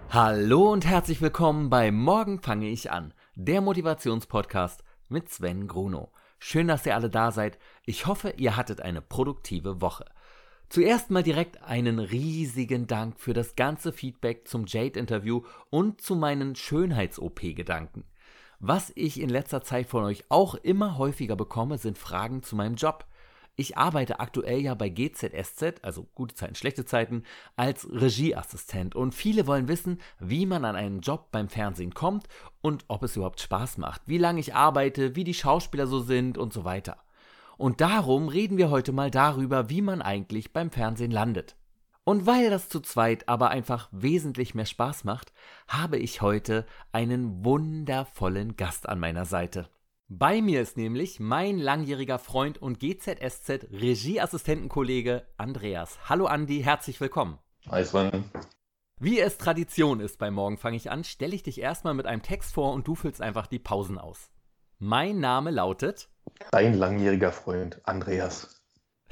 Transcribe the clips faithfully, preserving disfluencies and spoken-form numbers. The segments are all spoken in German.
Hallo und herzlich willkommen bei Morgen fange ich an, der Motivationspodcast mit Sven Grunow. Schön, dass ihr alle da seid. Ich hoffe, ihr hattet eine produktive Woche. Zuerst mal direkt einen riesigen Dank für das ganze Feedback zum Jade-Interview und zu meinen Schönheits-O P-Gedanken. Was ich in letzter Zeit von euch auch immer häufiger bekomme, sind Fragen zu meinem Job. Ich arbeite aktuell ja bei G Z S Z, also gute Zeiten, schlechte Zeiten, als Regieassistent und viele wollen wissen, wie man an einen Job beim Fernsehen kommt und ob es überhaupt Spaß macht, wie lange ich arbeite, wie die Schauspieler so sind und so weiter. Und darum reden wir heute mal darüber, wie man eigentlich beim Fernsehen landet. Und weil das zu zweit aber einfach wesentlich mehr Spaß macht, habe ich heute einen wundervollen Gast an meiner Seite. Bei mir ist nämlich mein langjähriger Freund und G Z S Z-Regieassistentenkollege Andreas. Hallo Andi, herzlich willkommen. Hi Sven. Wie es Tradition ist bei Morgen fange ich an, stelle ich dich erstmal mit einem Text vor und du füllst einfach die Pausen aus. Mein Name lautet... Dein langjähriger Freund Andreas.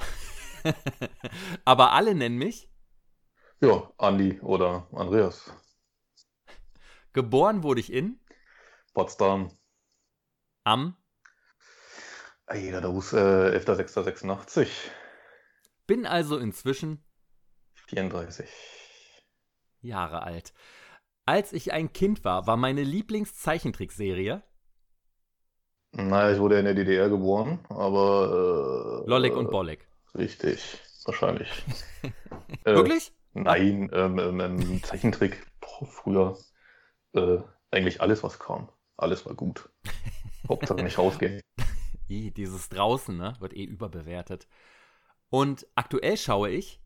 Aber alle nennen mich... Ja, Andi oder Andreas. Geboren wurde ich in... Potsdam. Am... Jeder da ist äh, elfter sechster sechsundachtzig. Bin also inzwischen... vierunddreißig. Jahre alt. Als ich ein Kind war, war meine Lieblingszeichentrickserie... Naja, ich wurde in der D D R geboren, aber... Äh, Lollek und Bollek. Richtig, wahrscheinlich. äh, Wirklich? Nein, ähm, ähm, ähm, Zeichentrick, boah, früher äh, eigentlich alles, was kam. Alles war gut. Hauptsache nicht rausgehen. I, dieses draußen, ne, wird eh überbewertet. Und aktuell schaue ich...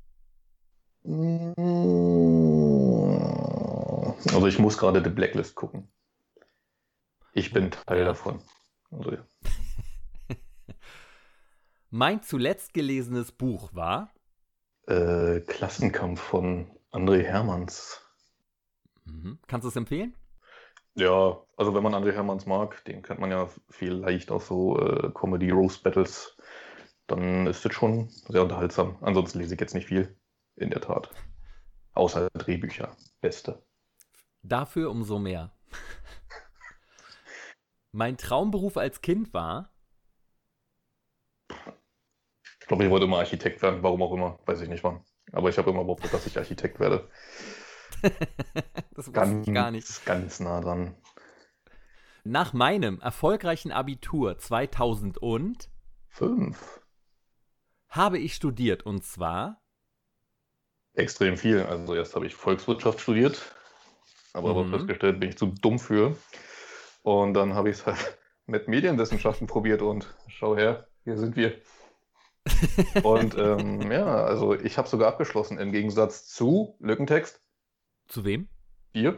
Also ich muss gerade The Blacklist gucken. Ich bin Teil ja. davon. Also, ja. Mein zuletzt gelesenes Buch war... Äh, Klassenkampf von André Hermanns. Mhm. Kannst du es empfehlen? Ja, also wenn man André Hermanns mag, den kennt man ja vielleicht auch so äh, Comedy-Roast-Battles, dann ist das schon sehr unterhaltsam. Ansonsten lese ich jetzt nicht viel, in der Tat. Außer Drehbücher. Beste. Dafür umso mehr. Mein Traumberuf als Kind war... Ich glaube, ich wollte immer Architekt werden, warum auch immer, weiß ich nicht wann. Aber ich habe immer behauptet, dass ich Architekt werde. Das wusste Ganz, ich gar nicht. ganz nah dran. Nach meinem erfolgreichen Abitur zweitausend und Fünf. habe ich studiert und zwar... Extrem viel. Also erst habe ich Volkswirtschaft studiert, aber, Mhm. aber festgestellt, bin ich zu dumm für. Und dann habe ich es halt mit Medienwissenschaften probiert und schau her, hier sind wir. Und ähm, ja, also ich habe sogar abgeschlossen, im Gegensatz zu Lückentext. Zu wem? Dir.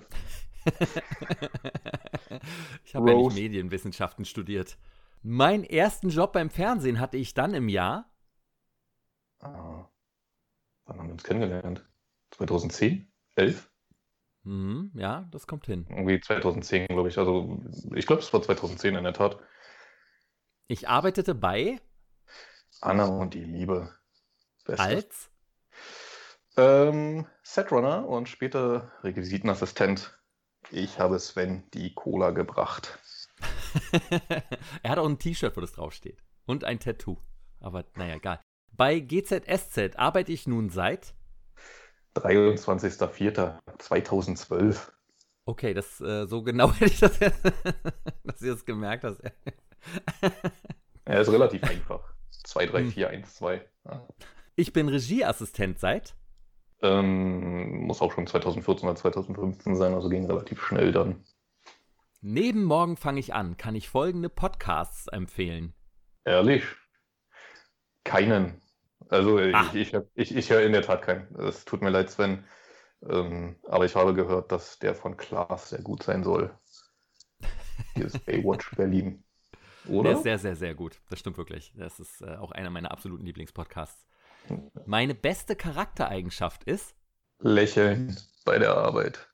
Ich habe ja nicht Rose. Medienwissenschaften studiert. Meinen ersten Job beim Fernsehen hatte ich dann im Jahr... Ah, wann haben wir uns kennengelernt? zweitausendzehn? elf? Mhm, ja, das kommt hin. Irgendwie zweitausendzehn, glaube ich. Also ich glaube, es war zweitausendzehn in der Tat. Ich arbeitete bei... Anna und die Liebe. Beste. Als... Ähm, Setrunner und später Requisitenassistent. Ich habe Sven die Cola gebracht. Er hat auch ein T-Shirt, wo das draufsteht. Und ein Tattoo. Aber naja, egal. Bei G Z S Z arbeite ich nun seit... dreiundzwanzigster vierter zweitausendzwölf. Okay, das äh, so genau hätte ich das jetzt, dass ihr das gemerkt hast. Ja, ist relativ einfach. zwei drei vier eins zwei. Ja. Ich bin Regieassistent seit... Ähm, muss auch schon zweitausendvierzehn oder zweitausendfünfzehn sein, also ging relativ schnell dann. Neben Morgen fange ich an, kann ich folgende Podcasts empfehlen. Ehrlich? Keinen. Also Ach. ich, ich, ich, ich höre in der Tat keinen. Es tut mir leid, Sven. Ähm, aber ich habe gehört, dass der von Klaas sehr gut sein soll. Hier ist Baywatch Berlin. Oder? Der ist sehr, sehr, sehr gut. Das stimmt wirklich. Das ist äh, auch einer meiner absoluten Lieblingspodcasts. Meine beste Charaktereigenschaft ist... Lächeln bei der Arbeit.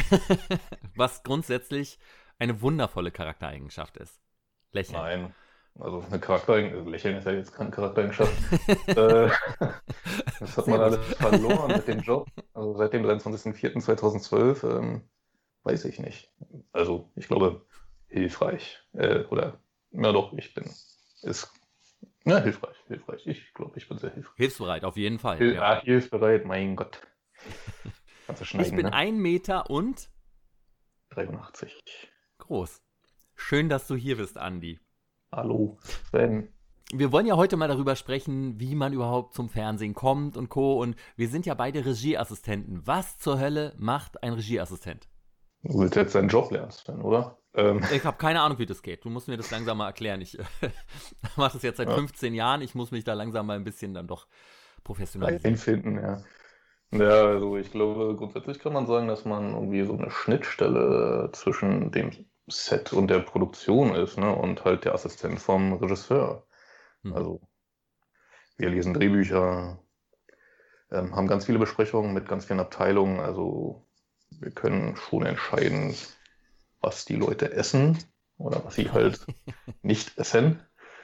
Was grundsätzlich eine wundervolle Charaktereigenschaft ist. Lächeln. Nein. Also eine Charaktereigenschaft, also Lächeln ist ja jetzt keine Charaktereigenschaft. äh, das hat Sehr man gut. alles verloren mit dem Job. Also seit dem dreiundzwanzigsten vierten zweitausendzwölf, ähm, weiß ich nicht. Also ich glaube, hilfreich. Äh, oder, ja doch, ich bin, ist, ja, hilfreich, hilfreich. Ich glaube, ich bin sehr hilfreich. Hilfsbereit, auf jeden Fall, Hil ja. ah, hilfsbereit, mein Gott. Kannst du Ich schneiden, bin ne? ein Meter und dreiundachtzig. groß. Schön, dass du hier bist, Andi. Hallo, Sven. Wir wollen ja heute mal darüber sprechen, wie man überhaupt zum Fernsehen kommt und Co. Und wir sind ja beide Regieassistenten. Was zur Hölle macht ein Regieassistent? Du willst jetzt deinen Job lernen, Sven, oder? Ähm, Ich habe keine Ahnung, wie das geht. Du musst mir das langsam mal erklären. Ich mache das jetzt seit ja, fünfzehn Jahren. Ich muss mich da langsam mal ein bisschen dann doch professionalisieren. reinfinden, ja. Ja, also ich glaube, grundsätzlich kann man sagen, dass man irgendwie so eine Schnittstelle zwischen dem Set und der Produktion ist, ne? Und halt der Assistent vom Regisseur. Mhm. Also wir lesen Drehbücher, ähm, haben ganz viele Besprechungen mit ganz vielen Abteilungen. Also wir können schon entscheiden, was die Leute essen oder was sie halt nicht essen.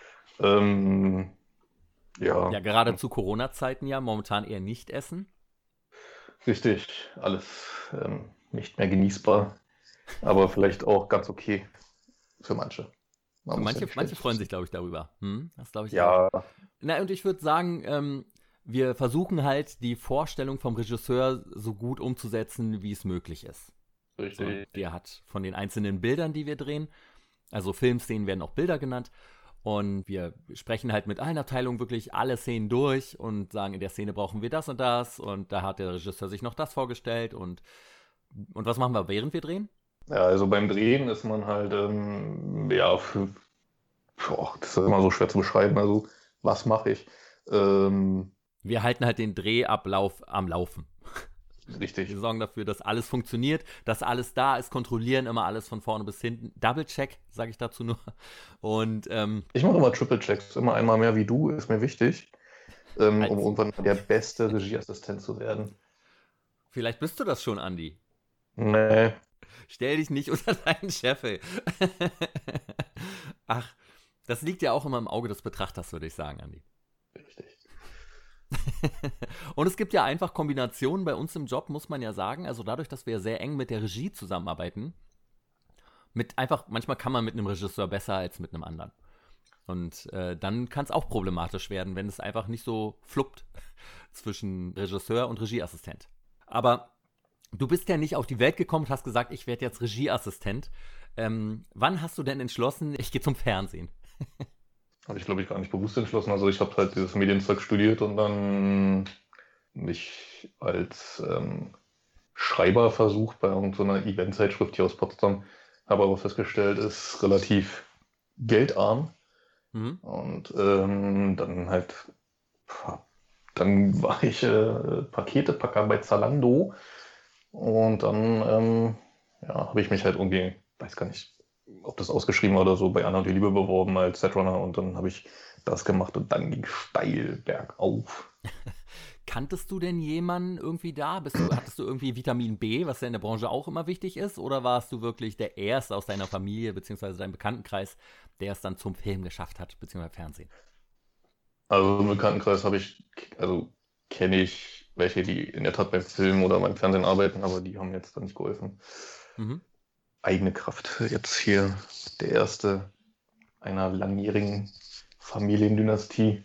Ähm, Ja, ja, gerade zu Corona-Zeiten ja, momentan eher nicht essen. richtig, alles ähm, nicht mehr genießbar, aber vielleicht auch ganz okay für manche. Man Für muss ja manche, nicht manche ständig freuen essen. sich, glaube ich, darüber. Hm? Das glaube ich auch. Ja, Na, und ich würde sagen, ähm, wir versuchen halt die Vorstellung vom Regisseur so gut umzusetzen, wie es möglich ist. So, richtig. der hat von den einzelnen Bildern, die wir drehen, also Filmszenen werden auch Bilder genannt. Und wir sprechen halt mit allen Abteilungen wirklich alle Szenen durch und sagen, in der Szene brauchen wir das und das. Und da hat der Regisseur sich noch das vorgestellt. Und, und was machen wir, während wir drehen? Ja, also beim Drehen ist man halt, ähm, ja, für, boah, das ist immer so schwer zu beschreiben. Also, was mache ich? Ähm, Wir halten halt den Drehablauf am Laufen. Wir richtig. sorgen dafür, dass alles funktioniert, dass alles da ist, kontrollieren immer alles von vorne bis hinten. Double-Check, sage ich dazu nur. Und ähm, Ich mache immer Triple Checks, immer einmal mehr wie du, ist mir wichtig, ähm, um als, irgendwann der beste Regieassistent zu werden. vielleicht bist du das schon, Andi. Nee, Stell dich nicht unter deinen Scheffel. Ach, das liegt ja auch immer im Auge des Betrachters, würde ich sagen, Andi. richtig. Und es gibt ja einfach Kombinationen bei uns im Job, muss man ja sagen. Also dadurch, dass wir sehr eng mit der Regie zusammenarbeiten, mit einfach, manchmal kann man mit einem Regisseur besser als mit einem anderen. Und äh, dann kann es auch problematisch werden, wenn es einfach nicht so fluppt zwischen Regisseur und Regieassistent. Aber du bist ja nicht auf die Welt gekommen und hast gesagt, ich werde jetzt Regieassistent. Ähm, wann hast du denn entschlossen, ich gehe zum Fernsehen? Habe ich, glaube ich, gar nicht bewusst entschlossen. Also ich habe halt dieses Medienzeug studiert und dann mich als ähm, Schreiber versucht bei irgendeiner Eventzeitschrift hier aus Potsdam. Habe aber festgestellt, ist relativ geldarm. Mhm. Und ähm, dann halt, pf, dann war ich äh, Paketepacker bei Zalando und dann ähm, ja, habe ich mich halt irgendwie, weiß gar nicht, ob das ausgeschrieben war oder so, bei Anna und die Liebe beworben als Setrunner und dann habe ich das gemacht und dann ging steil bergauf. Kanntest du denn jemanden irgendwie da? Bist du, hattest du irgendwie Vitamin B, was ja in der Branche auch immer wichtig ist? Oder warst du wirklich der Erste aus deiner Familie bzw. deinem Bekanntenkreis, der es dann zum Film geschafft hat, beziehungsweise Fernsehen? Also im Bekanntenkreis habe ich, also kenne ich welche, die in der Tat beim Film oder beim Fernsehen arbeiten, aber die haben jetzt dann nicht geholfen. Mhm. Eigene Kraft. Jetzt hier der erste einer langjährigen Familiendynastie.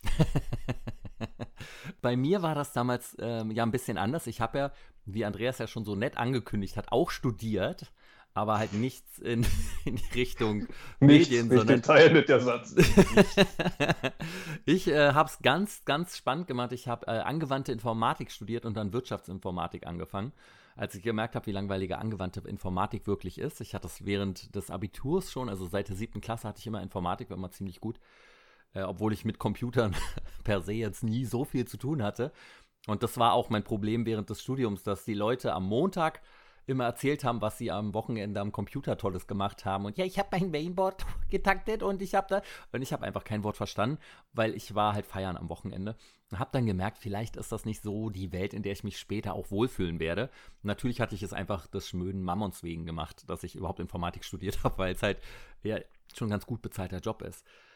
Bei mir war das damals ähm, ja ein bisschen anders. Ich habe ja, wie Andreas ja schon so nett angekündigt hat, auch studiert, aber halt nichts in, in die Richtung Nichts, Medien, nicht sondern den Teil mit der Satz. Nicht. ich äh, habe es ganz, ganz spannend gemacht. Ich habe äh, angewandte Informatik studiert und dann Wirtschaftsinformatik angefangen, als ich gemerkt habe, wie langweilige angewandte Informatik wirklich ist. Ich hatte es während des Abiturs schon, also seit der siebten Klasse hatte ich immer Informatik, war immer ziemlich gut, äh, obwohl ich mit Computern per se jetzt nie so viel zu tun hatte. Und das war auch mein Problem während des Studiums, dass die Leute am Montag immer erzählt haben, was sie am Wochenende am Computer Tolles gemacht haben. Und ja, ich habe mein Mainboard getaktet und ich habe da... Und ich habe einfach kein Wort verstanden, weil ich war halt feiern am Wochenende. Und habe dann gemerkt, vielleicht ist das nicht so die Welt, in der ich mich später auch wohlfühlen werde. Und natürlich hatte ich es einfach des schmöden Mammons wegen gemacht, dass ich überhaupt Informatik studiert habe, weil es halt ja schon ein ganz gut bezahlter Job ist.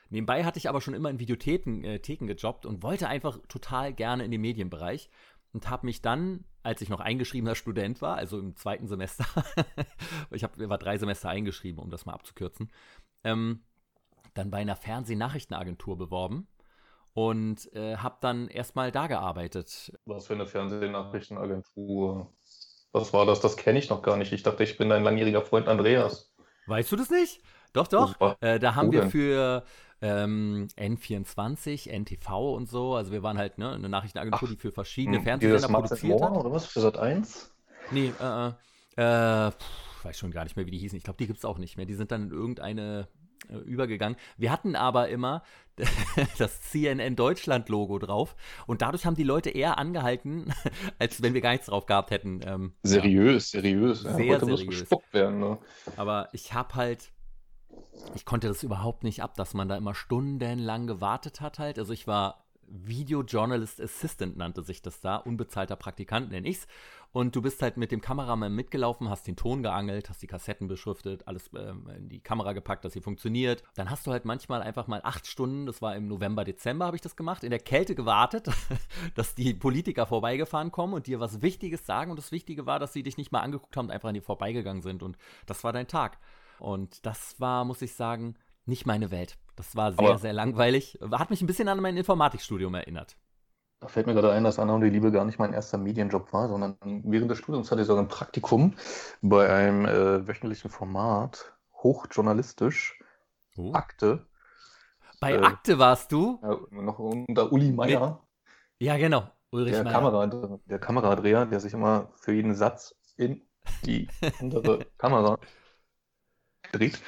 Nebenbei hatte ich aber schon immer in Videotheken äh, Theken gejobbt und wollte einfach total gerne in den Medienbereich und habe mich dann, als ich noch eingeschriebener Student war, also im zweiten Semester, ich hab, war drei Semester eingeschrieben, um das mal abzukürzen, ähm, dann bei einer Fernsehnachrichtenagentur beworben und äh, habe dann erstmal da gearbeitet. Was für eine Fernsehnachrichtenagentur? Was war das? Das kenne ich noch gar nicht. Ich dachte, ich bin dein langjähriger Freund Andreas. Weißt du das nicht? Doch, doch. Wo, Äh, da haben wo wir denn? für ähm, N vierundzwanzig, N T V und so, also wir waren halt ne, eine Nachrichtenagentur, Ach, die für verschiedene hm, dieses Fernsehsender Max and produziert More hat. oder was? Für Sat eins? Nee, äh, äh, äh, pf, weiß schon gar nicht mehr, wie die hießen. Ich glaube, die gibt es auch nicht mehr. Die sind dann in irgendeine äh, übergegangen. Wir hatten aber immer das C N N Deutschland-Logo drauf und dadurch haben die Leute eher angehalten, als wenn wir gar nichts drauf gehabt hätten. Ähm, ja, Seriös, seriös. Ja, sehr heute muss seriös. gespuckt werden, ne? Aber ich habe halt, ich konnte das überhaupt nicht ab, dass man da immer stundenlang gewartet hat halt. Also ich war Video Journalist Assistant, nannte sich das da, unbezahlter Praktikant nenne ich's. Und du bist halt mit dem Kameramann mitgelaufen, hast den Ton geangelt, hast die Kassetten beschriftet, alles ähm, in die Kamera gepackt, dass sie funktioniert. Dann hast du halt manchmal einfach mal acht Stunden, das war im November, Dezember habe ich das gemacht, in der Kälte gewartet, dass die Politiker vorbeigefahren kommen und dir was Wichtiges sagen. Und das Wichtige war, dass sie dich nicht mal angeguckt haben und einfach an dir vorbeigegangen sind. Und das war dein Tag. Und das war, muss ich sagen, nicht meine Welt. Das war sehr, Aber sehr langweilig. Hat mich ein bisschen an mein Informatikstudium erinnert. da fällt mir gerade ein, dass Anna und die Liebe gar nicht mein erster Medienjob war, sondern während des Studiums hatte ich sogar ein Praktikum bei einem äh, wöchentlichen Format, hochjournalistisch, Oh. Akte, Bei äh, Akte warst du? ja, noch unter Uli Mit, Meier, ja, genau. Ulrich der Meier. Kamera, der Kameradreher, der sich immer für jeden Satz in die andere Kamera dreht.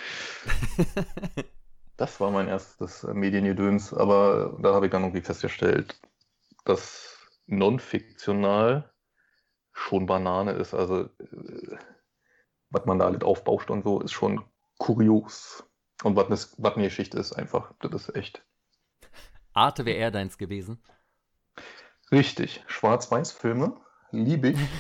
Das war mein erstes äh, Mediengedöns, aber da habe ich dann irgendwie festgestellt, dass non-fiktional schon Banane ist. Also, äh, was man da alles aufbauscht und so, ist schon kurios. Und was eine, was eine Geschichte ist, einfach, das ist echt Arte wäre eher deins gewesen. richtig. Schwarz-Weiß-Filme liebe ich.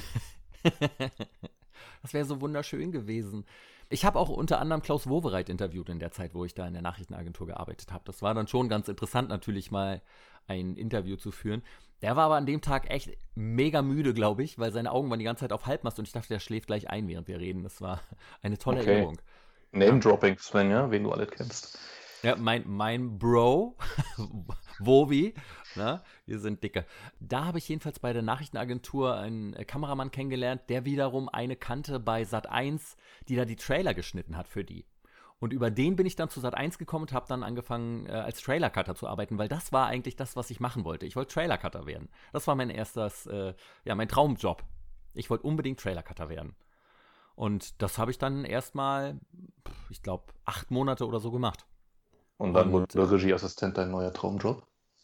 Das wäre so wunderschön gewesen. Ich habe auch unter anderem Klaus Wowereit interviewt in der Zeit, wo ich da in der Nachrichtenagentur gearbeitet habe. Das war dann schon ganz interessant, natürlich mal ein Interview zu führen. Der war aber an dem Tag echt mega müde, glaube ich, weil seine Augen waren die ganze Zeit auf Halbmast und ich dachte, der schläft gleich ein, während wir reden. Das war eine tolle Okay. Erinnerung. Ja. Name-Dropping, Sven, ja, wen du alles kennst. Ja, mein, mein Bro, Wovi, ne? Wir sind dicke. Da habe ich jedenfalls bei der Nachrichtenagentur einen äh, Kameramann kennengelernt, der wiederum eine kannte bei Sat eins, die da die Trailer geschnitten hat für die. Und über den bin ich dann zu Sat eins gekommen und habe dann angefangen, äh, als Trailer-Cutter zu arbeiten, weil das war eigentlich das, was ich machen wollte. Ich wollte Trailer-Cutter werden. Das war mein erstes, äh, ja, mein Traumjob. Ich wollte unbedingt Trailer-Cutter werden. Und das habe ich dann erstmal, ich glaube, acht Monate oder so gemacht. Und dann Und wurde Regieassistent dein neuer Traumjob.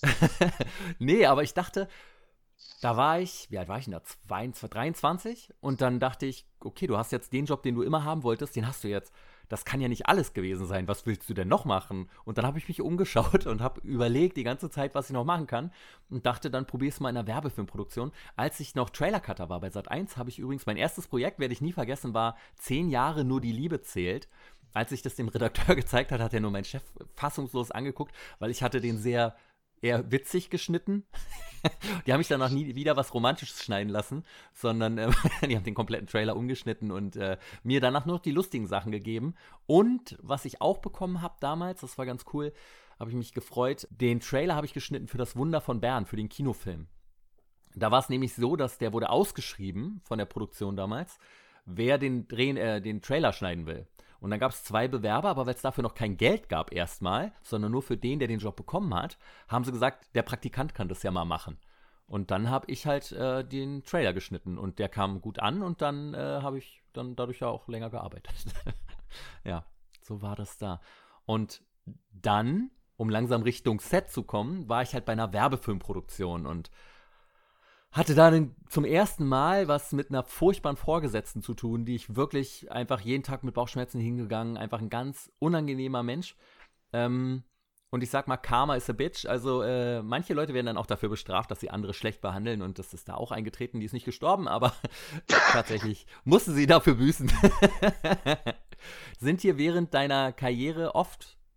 nee, aber ich dachte, da war ich, wie alt war ich denn da? zweiundzwanzig, dreiundzwanzig? Und dann dachte ich, okay, du hast jetzt den Job, den du immer haben wolltest, den hast du jetzt. Das kann ja nicht alles gewesen sein. Was willst du denn noch machen? Und dann habe ich mich umgeschaut und habe überlegt die ganze Zeit, was ich noch machen kann. Und dachte, dann probier's mal in einer Werbefilmproduktion. Als ich noch Trailer-Cutter war bei Sat eins, habe ich übrigens, mein erstes Projekt, werde ich nie vergessen, war zehn Jahre nur die Liebe zählt. Als ich das dem Redakteur gezeigt hat, hat er nur mein Chef fassungslos angeguckt, weil ich hatte den sehr eher witzig geschnitten. Die haben mich danach nie wieder was Romantisches schneiden lassen, sondern äh, die haben den kompletten Trailer umgeschnitten und äh, mir danach nur noch die lustigen Sachen gegeben. Und was ich auch bekommen habe damals, das war ganz cool, habe ich mich gefreut, den Trailer habe ich geschnitten für das Wunder von Bern, für den Kinofilm. Da war es nämlich so, dass der wurde ausgeschrieben von der Produktion damals, wer den, Drehen, äh, den Trailer schneiden will. Und dann gab es zwei Bewerber, aber weil es dafür noch kein Geld gab erstmal, sondern nur für den, der den Job bekommen hat, haben sie gesagt, der Praktikant kann das ja mal machen. Und dann habe ich halt äh, den Trailer geschnitten und der kam gut an und dann äh, habe ich dann dadurch ja auch länger gearbeitet. Ja, so war das da. Und dann, um langsam Richtung Set zu kommen, war ich halt bei einer Werbefilmproduktion und hatte dann zum ersten Mal was mit einer furchtbaren Vorgesetzten zu tun, die ich wirklich einfach jeden Tag mit Bauchschmerzen hingegangen, einfach ein ganz unangenehmer Mensch. Ähm, und ich sag mal, Karma is a bitch. Also äh, manche Leute werden dann auch dafür bestraft, dass sie andere schlecht behandeln und das ist da auch eingetreten. Die ist nicht gestorben, aber tatsächlich musste sie dafür büßen. Sind dir während deiner Karriere oft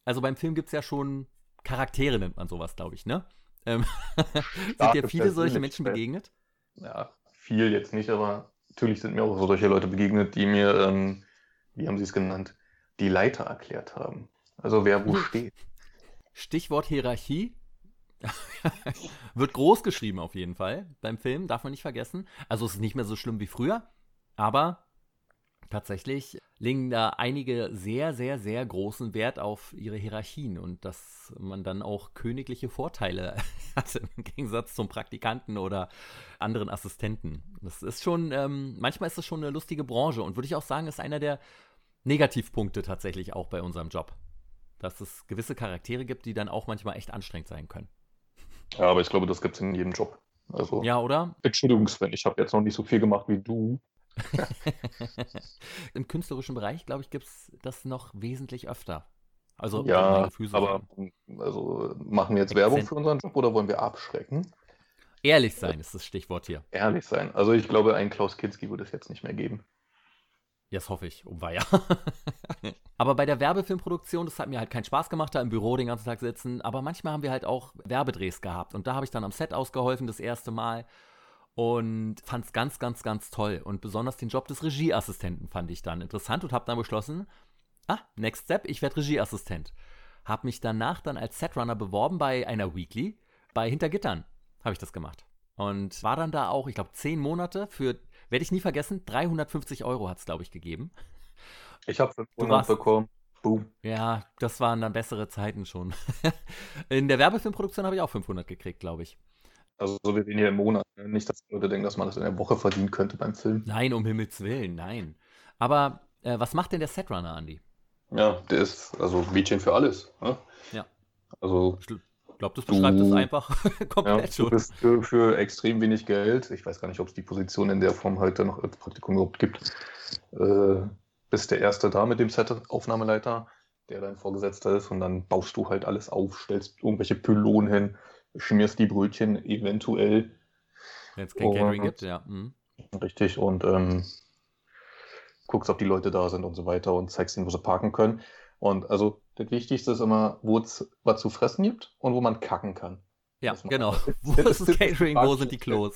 Also beim Film gibt es ja schon Charaktere, nennt man sowas, glaube ich, ne? Ähm, sind Starke dir viele solche Menschen Persönlichkeit. begegnet? Ja, viel jetzt nicht, aber natürlich sind mir auch so solche Leute begegnet, die mir, ähm, wie haben sie es genannt, die Leiter erklärt haben. Also wer wo steht. Stichwort Hierarchie. Wird groß geschrieben auf jeden Fall beim Film, darf man nicht vergessen. Also es ist nicht mehr so schlimm wie früher, aber tatsächlich legen da einige sehr, sehr, sehr großen Wert auf ihre Hierarchien und dass man dann auch königliche Vorteile hat im Gegensatz zum Praktikanten oder anderen Assistenten. Das ist schon, ähm, manchmal ist das schon eine lustige Branche und würde ich auch sagen, ist einer der Negativpunkte tatsächlich auch bei unserem Job. Dass es gewisse Charaktere gibt, die dann auch manchmal echt anstrengend sein können. Ja, aber ich glaube, das gibt es in jedem Job. Also, Ja, oder? Entschuldigung, Sven, ich habe jetzt noch nicht so viel gemacht wie du. Im künstlerischen Bereich, glaube ich, gibt es das noch wesentlich öfter. Also, würde mein Ja, Gefühl so aber sagen. also machen wir jetzt Werbung Akzent. für unseren Job oder wollen wir abschrecken? Ehrlich sein ist das Stichwort hier. Ehrlich sein. Also ich glaube, einen Klaus Kinski würde es jetzt nicht mehr geben. Ja, das hoffe ich, um Weiher. Aber bei der Werbefilmproduktion, das hat mir halt keinen Spaß gemacht, da im Büro den ganzen Tag sitzen. Aber manchmal haben wir halt auch Werbedrehs gehabt. Und da habe ich dann am Set ausgeholfen, das erste Mal. Und fand es ganz, ganz, ganz toll. Und besonders den Job des Regieassistenten fand ich dann interessant und habe dann beschlossen, ah, next step, ich werde Regieassistent. Habe mich danach dann als Setrunner beworben bei einer Weekly. Bei Hintergittern habe ich das gemacht. Und war dann da auch, ich glaube, zehn Monate für, werde ich nie vergessen, dreihundertfünfzig Euro hat es, glaube ich, gegeben. Ich habe Du fünfhundert warst, bekommen. Boom. ja, das waren dann bessere Zeiten schon. In der Werbefilmproduktion habe ich auch fünfhundert gekriegt, glaube ich. Also so wir reden hier im Monat. Ne? Nicht, dass die Leute denken, dass man das in der Woche verdienen könnte beim Film. Nein, um Himmels Willen, nein. Aber äh, was macht denn der Setrunner, Andi? Ja, der ist also Mädchen für alles. Ne? Ja, Also ich glaube, das beschreibt es du, einfach ja, komplett du schon. bist für, für extrem wenig Geld, ich weiß gar nicht, ob es die Position in der Form heute noch als Praktikum überhaupt gibt, äh, bist der Erste da mit dem Set-Aufnahmeleiter, der dein Vorgesetzter ist und dann baust du halt alles auf, stellst irgendwelche Pylonen hin, schmierst die Brötchen eventuell. Wenn es kein Catering Und, gibt, ja. Mhm. richtig, und ähm, guckst, ob die Leute da sind und so weiter und zeigst ihnen, wo sie parken können. Und also das Wichtigste ist immer, wo es was zu fressen gibt und wo man kacken kann. Ja, Das macht genau. man. Wo ist das Catering, wo sind die Klos?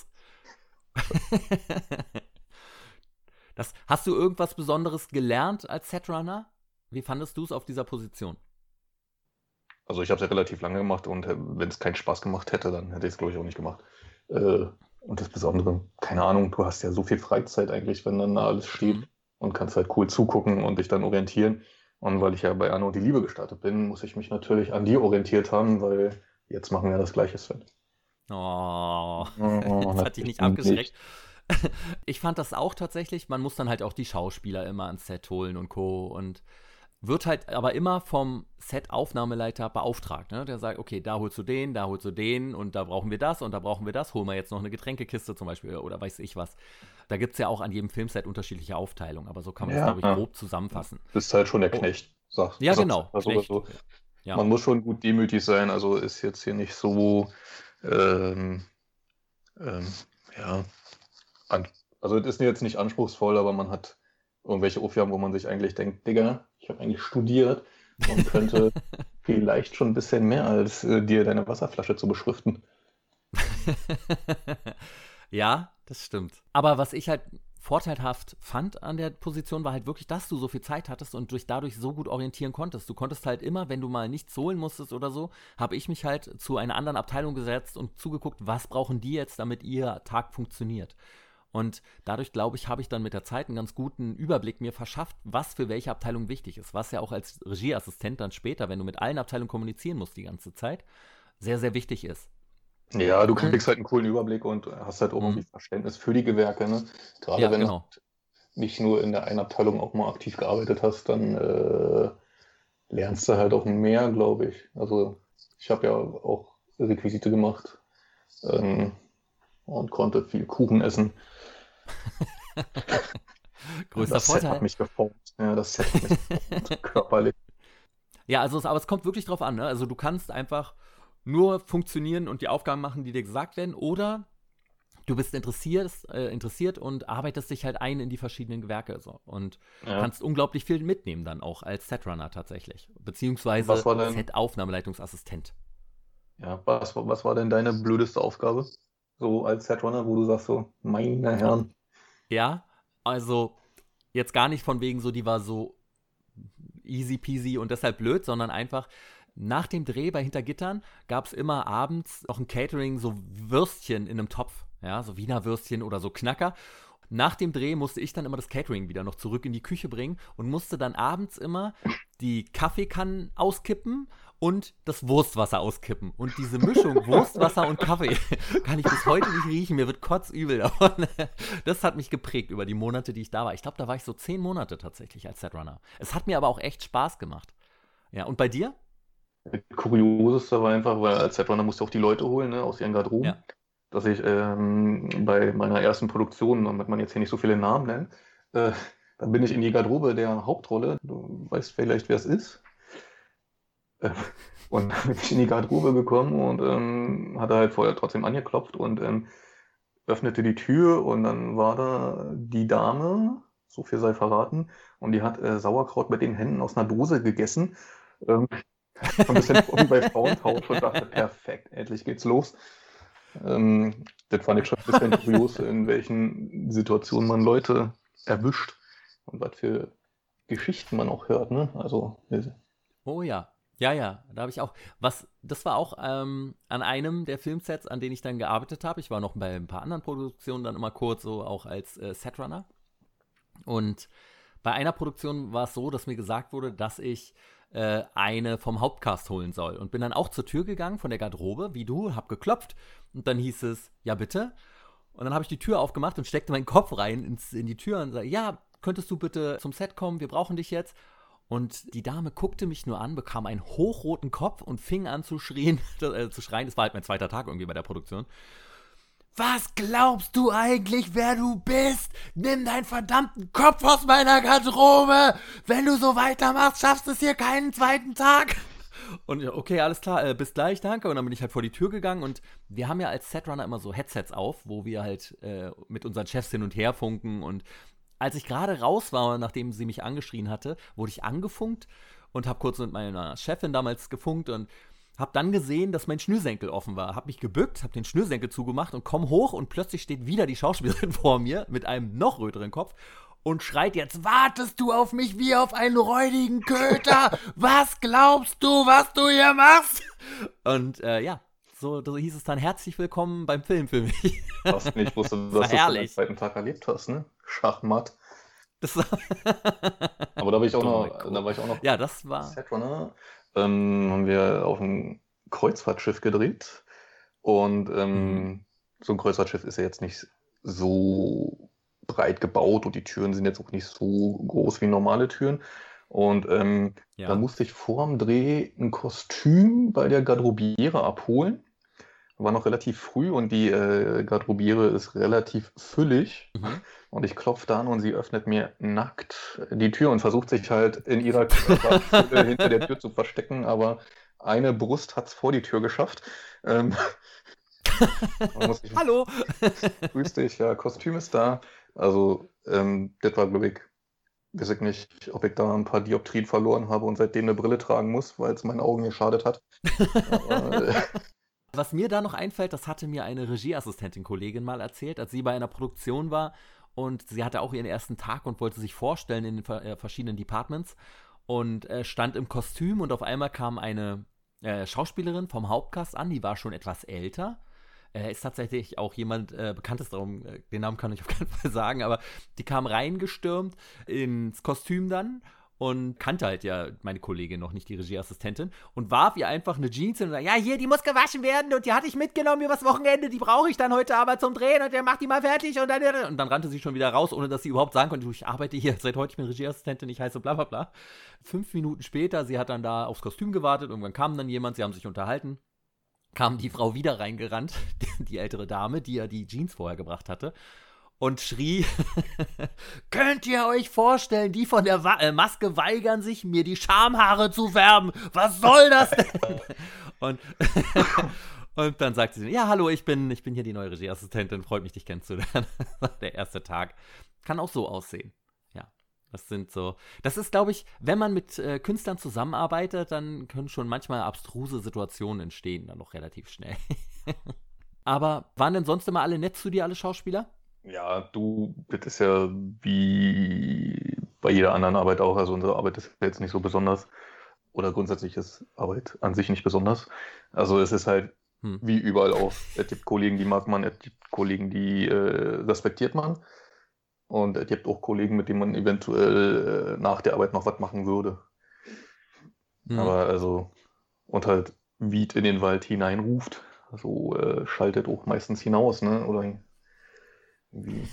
Das, hast du irgendwas Besonderes gelernt als Setrunner? Wie fandest du es auf dieser Position? Also ich habe es ja relativ lange gemacht und wenn es keinen Spaß gemacht hätte, dann hätte ich es, glaube ich, auch nicht gemacht. Äh, und das Besondere, keine Ahnung, du hast ja so viel Freizeit eigentlich, wenn dann da alles steht Mhm. und kannst halt cool zugucken und dich dann orientieren. Und weil ich ja bei Anno und die Liebe gestartet bin, muss ich mich natürlich an dir orientiert haben, weil jetzt machen wir das Gleiche, Sven. Oh, Oh, das hat dich nicht natürlich abgeschreckt. Ich fand das auch tatsächlich, man muss dann halt auch die Schauspieler immer ans Set holen und Co. Und wird halt aber immer vom Set-Aufnahmeleiter beauftragt. Ne? Der sagt, okay, da holst du den, da holst du den und da brauchen wir das und da brauchen wir das. Holen wir jetzt noch eine Getränkekiste zum Beispiel oder weiß ich was. Da gibt es ja auch an jedem Filmset unterschiedliche Aufteilungen, aber so kann man Ja, das, glaube ich, ja. grob zusammenfassen. Du bist halt schon der Oh, Knecht, sag, ja, sagst genau, du Knecht. sowieso. Ja. Man muss schon gut demütig sein, also ist jetzt hier nicht so, ähm, ähm, ja, an, also es ist jetzt nicht anspruchsvoll, aber man hat irgendwelche Aufgaben, wo man sich eigentlich denkt, Digga, ich habe eigentlich studiert und könnte vielleicht schon ein bisschen mehr als äh, dir deine Wasserflasche zu beschriften. Ja, das stimmt. Aber was ich halt vorteilhaft fand an der Position, war halt wirklich, dass du so viel Zeit hattest und dich dadurch so gut orientieren konntest. Du konntest halt immer, wenn du mal nichts holen musstest oder so, habe ich mich halt zu einer anderen Abteilung gesetzt und zugeguckt, was brauchen die jetzt, damit ihr Tag funktioniert. Und dadurch, glaube ich, habe ich dann mit der Zeit einen ganz guten Überblick mir verschafft, was für welche Abteilung wichtig ist. Was ja auch als Regieassistent dann später, wenn du mit allen Abteilungen kommunizieren musst die ganze Zeit, sehr, sehr wichtig ist. Ja, du Mhm. kriegst halt einen coolen Überblick und hast halt auch irgendwie Mhm. Verständnis für die Gewerke, ne? Gerade Ja, wenn du genau. nicht nur in der einen Abteilung auch mal aktiv gearbeitet hast, dann äh, lernst du halt auch mehr, glaube ich. Also ich habe ja auch Requisite gemacht ähm, und konnte viel Kuchen essen. Größter Das Set hat Vorteil. mich geformt. Ja, das Set hat mich geformt, körperlich. Ja, also es, aber es kommt wirklich drauf an, ne? Also du kannst einfach nur funktionieren und die Aufgaben machen, die dir gesagt werden, oder du bist interessiert, äh, interessiert und arbeitest dich halt ein in die verschiedenen Gewerke so und Ja. kannst unglaublich viel mitnehmen dann auch als Setrunner tatsächlich, beziehungsweise Was war denn- Set-Aufnahmeleitungsassistent. Ja, was, was war denn deine blödeste Aufgabe? So als Setrunner, wo du sagst so, meine Herren. Ja, also jetzt gar nicht von wegen so, die war so easy peasy und deshalb blöd, sondern einfach nach dem Dreh bei Hintergittern gab es immer abends noch ein Catering, so Würstchen in einem Topf, ja, so Wiener Würstchen oder so Knacker. Nach dem Dreh musste ich dann immer das Catering wieder noch zurück in die Küche bringen und musste dann abends immer die Kaffeekannen auskippen und das Wurstwasser auskippen. Und diese Mischung Wurstwasser und Kaffee kann ich bis heute nicht riechen. Mir wird kotzübel davon. Das hat mich geprägt über die Monate, die ich da war. Ich glaube, da war ich so zehn Monate tatsächlich als Setrunner. Es hat mir aber auch echt Spaß gemacht. Ja, und bei dir? Kurioseste war einfach, weil als Setrunner musst du auch die Leute holen, ne, aus ihren Garderoben, Ja. dass ich ähm, bei meiner ersten Produktion, damit man jetzt hier nicht so viele Namen nennt, äh, dann bin ich in die Garderobe der Hauptrolle, du weißt vielleicht, wer es ist, äh, und dann bin ich in die Garderobe gekommen und ähm, hatte halt vorher trotzdem angeklopft und ähm, öffnete die Tür und dann war da die Dame, so viel sei verraten, und die hat äh, Sauerkraut mit den Händen aus einer Dose gegessen. Ähm, ein bisschen wie bei Frauentausch und dachte, perfekt, endlich geht's los. Ähm, das fand ich schon ein bisschen kurios, in welchen Situationen man Leute erwischt und was für Geschichten man auch hört, ne? Also, Oh ja. Ja, ja, da habe ich auch, was, das war auch ähm, an einem der Filmsets, an denen ich dann gearbeitet habe. Ich war noch bei ein paar anderen Produktionen dann immer kurz so auch als äh, Setrunner. Und bei einer Produktion war es so, dass mir gesagt wurde, dass ich äh, eine vom Hauptcast holen soll. Und bin dann auch zur Tür gegangen von der Garderobe, wie du, hab geklopft. Und dann hieß es, ja bitte. Und dann habe ich die Tür aufgemacht und steckte meinen Kopf rein ins, in die Tür und sagte, ja, könntest du bitte zum Set kommen, wir brauchen dich jetzt. Und die Dame guckte mich nur an, bekam einen hochroten Kopf und fing an zu schreien, äh, zu schreien. Das war halt mein zweiter Tag irgendwie bei der Produktion. Was glaubst du eigentlich, wer du bist? Nimm deinen verdammten Kopf aus meiner Garderobe! Wenn du so weitermachst, schaffst du es hier keinen zweiten Tag! Und ja, okay, alles klar, äh, bis gleich, danke. Und dann bin ich halt vor die Tür gegangen und wir haben ja als Setrunner immer so Headsets auf, wo wir halt äh, mit unseren Chefs hin und her funken. Und als ich gerade raus war, nachdem sie mich angeschrien hatte, wurde ich angefunkt und habe kurz mit meiner Chefin damals gefunkt und hab dann gesehen, dass mein Schnürsenkel offen war. Hab mich gebückt, hab den Schnürsenkel zugemacht und komm hoch und plötzlich steht wieder die Schauspielerin vor mir mit einem noch röteren Kopf und schreit jetzt, wartest du auf mich wie auf einen räudigen Köter? Was glaubst du, was du hier machst? Und äh, ja, so, so hieß es dann, herzlich willkommen beim Film für mich. fast nicht wusste, war dass du es am herrlich. zweiten Tag erlebt hast, ne? Schachmatt. Das war Aber da war ich auch Oh noch, mein Gott. da war ich auch noch ja, das war, Setrunner. Ähm, haben wir auf einem Kreuzfahrtschiff gedreht. Und ähm, Mhm. so ein Kreuzfahrtschiff ist ja jetzt nicht so breit gebaut und die Türen sind jetzt auch nicht so groß wie normale Türen. Und ähm, da ja. musste ich vor dem Dreh ein Kostüm bei der Garderobiere abholen. War noch relativ früh und die äh, Garderobiere ist relativ füllig. Mhm. Und ich klopfe da an und sie öffnet mir nackt die Tür und versucht sich halt in ihrer Körperfülle hinter der Tür zu verstecken, aber eine Brust hat es vor die Tür geschafft. Ähm, man muss sich, Hallo! grüß dich, ja, Kostüm ist da. Also, ähm, das war, glaube ich, weiß ich nicht, ob ich da ein paar Dioptrien verloren habe und seitdem eine Brille tragen muss, weil es meinen Augen geschadet hat. Aber, äh, Was mir da noch einfällt, das hatte mir eine Regieassistentin, Kollegin mal erzählt, als sie bei einer Produktion war und sie hatte auch ihren ersten Tag und wollte sich vorstellen in den ver- äh, verschiedenen Departments und äh, stand im Kostüm und auf einmal kam eine äh, Schauspielerin vom Hauptcast an, die war schon etwas älter. Äh, ist tatsächlich auch jemand äh, Bekanntes, darum, äh, den Namen kann ich auf keinen Fall sagen, aber die kam reingestürmt ins Kostüm dann und kannte halt ja meine Kollegin noch nicht, die Regieassistentin, und warf ihr einfach eine Jeans hin und sagte, ja, hier, die muss gewaschen werden und die hatte ich mitgenommen übers Wochenende, die brauche ich dann heute aber zum Drehen und der macht die mal fertig und dann, und dann rannte sie schon wieder raus, ohne dass sie überhaupt sagen konnte, du, ich arbeite hier seit heute, ich bin Regieassistentin, ich heiße bla bla bla. Fünf Minuten später, sie hat dann da aufs Kostüm gewartet, irgendwann kam dann jemand, sie haben sich unterhalten, kam die Frau wieder reingerannt, die ältere Dame, die ja die Jeans vorher gebracht hatte, und schrie, könnt ihr euch vorstellen, die von der Wa- äh, Maske weigern sich, mir die Schamhaare zu färben. Was soll das denn? und, Und dann sagt sie, ja, hallo, ich bin, ich bin hier die neue Regieassistentin, freut mich, dich kennenzulernen. Der erste Tag. Kann auch so aussehen. Ja, das sind so, das ist, glaube ich, wenn man mit äh, Künstlern zusammenarbeitet, dann können schon manchmal abstruse Situationen entstehen, dann noch relativ schnell. Aber waren denn sonst immer alle nett zu dir, alle Schauspieler? Ja, du, das ist ja wie bei jeder anderen Arbeit auch. Also unsere Arbeit ist jetzt nicht so besonders. Oder grundsätzlich ist Arbeit an sich nicht besonders. Also es ist halt Hm. wie überall auch. Es gibt Kollegen, die mag man, es gibt Kollegen, die äh, respektiert man. Und es gibt auch Kollegen, mit denen man eventuell äh, nach der Arbeit noch was machen würde. Hm. Aber also, und halt Wied in den Wald hineinruft, so äh, schaltet auch meistens hinaus, ne? Oder irgendwie.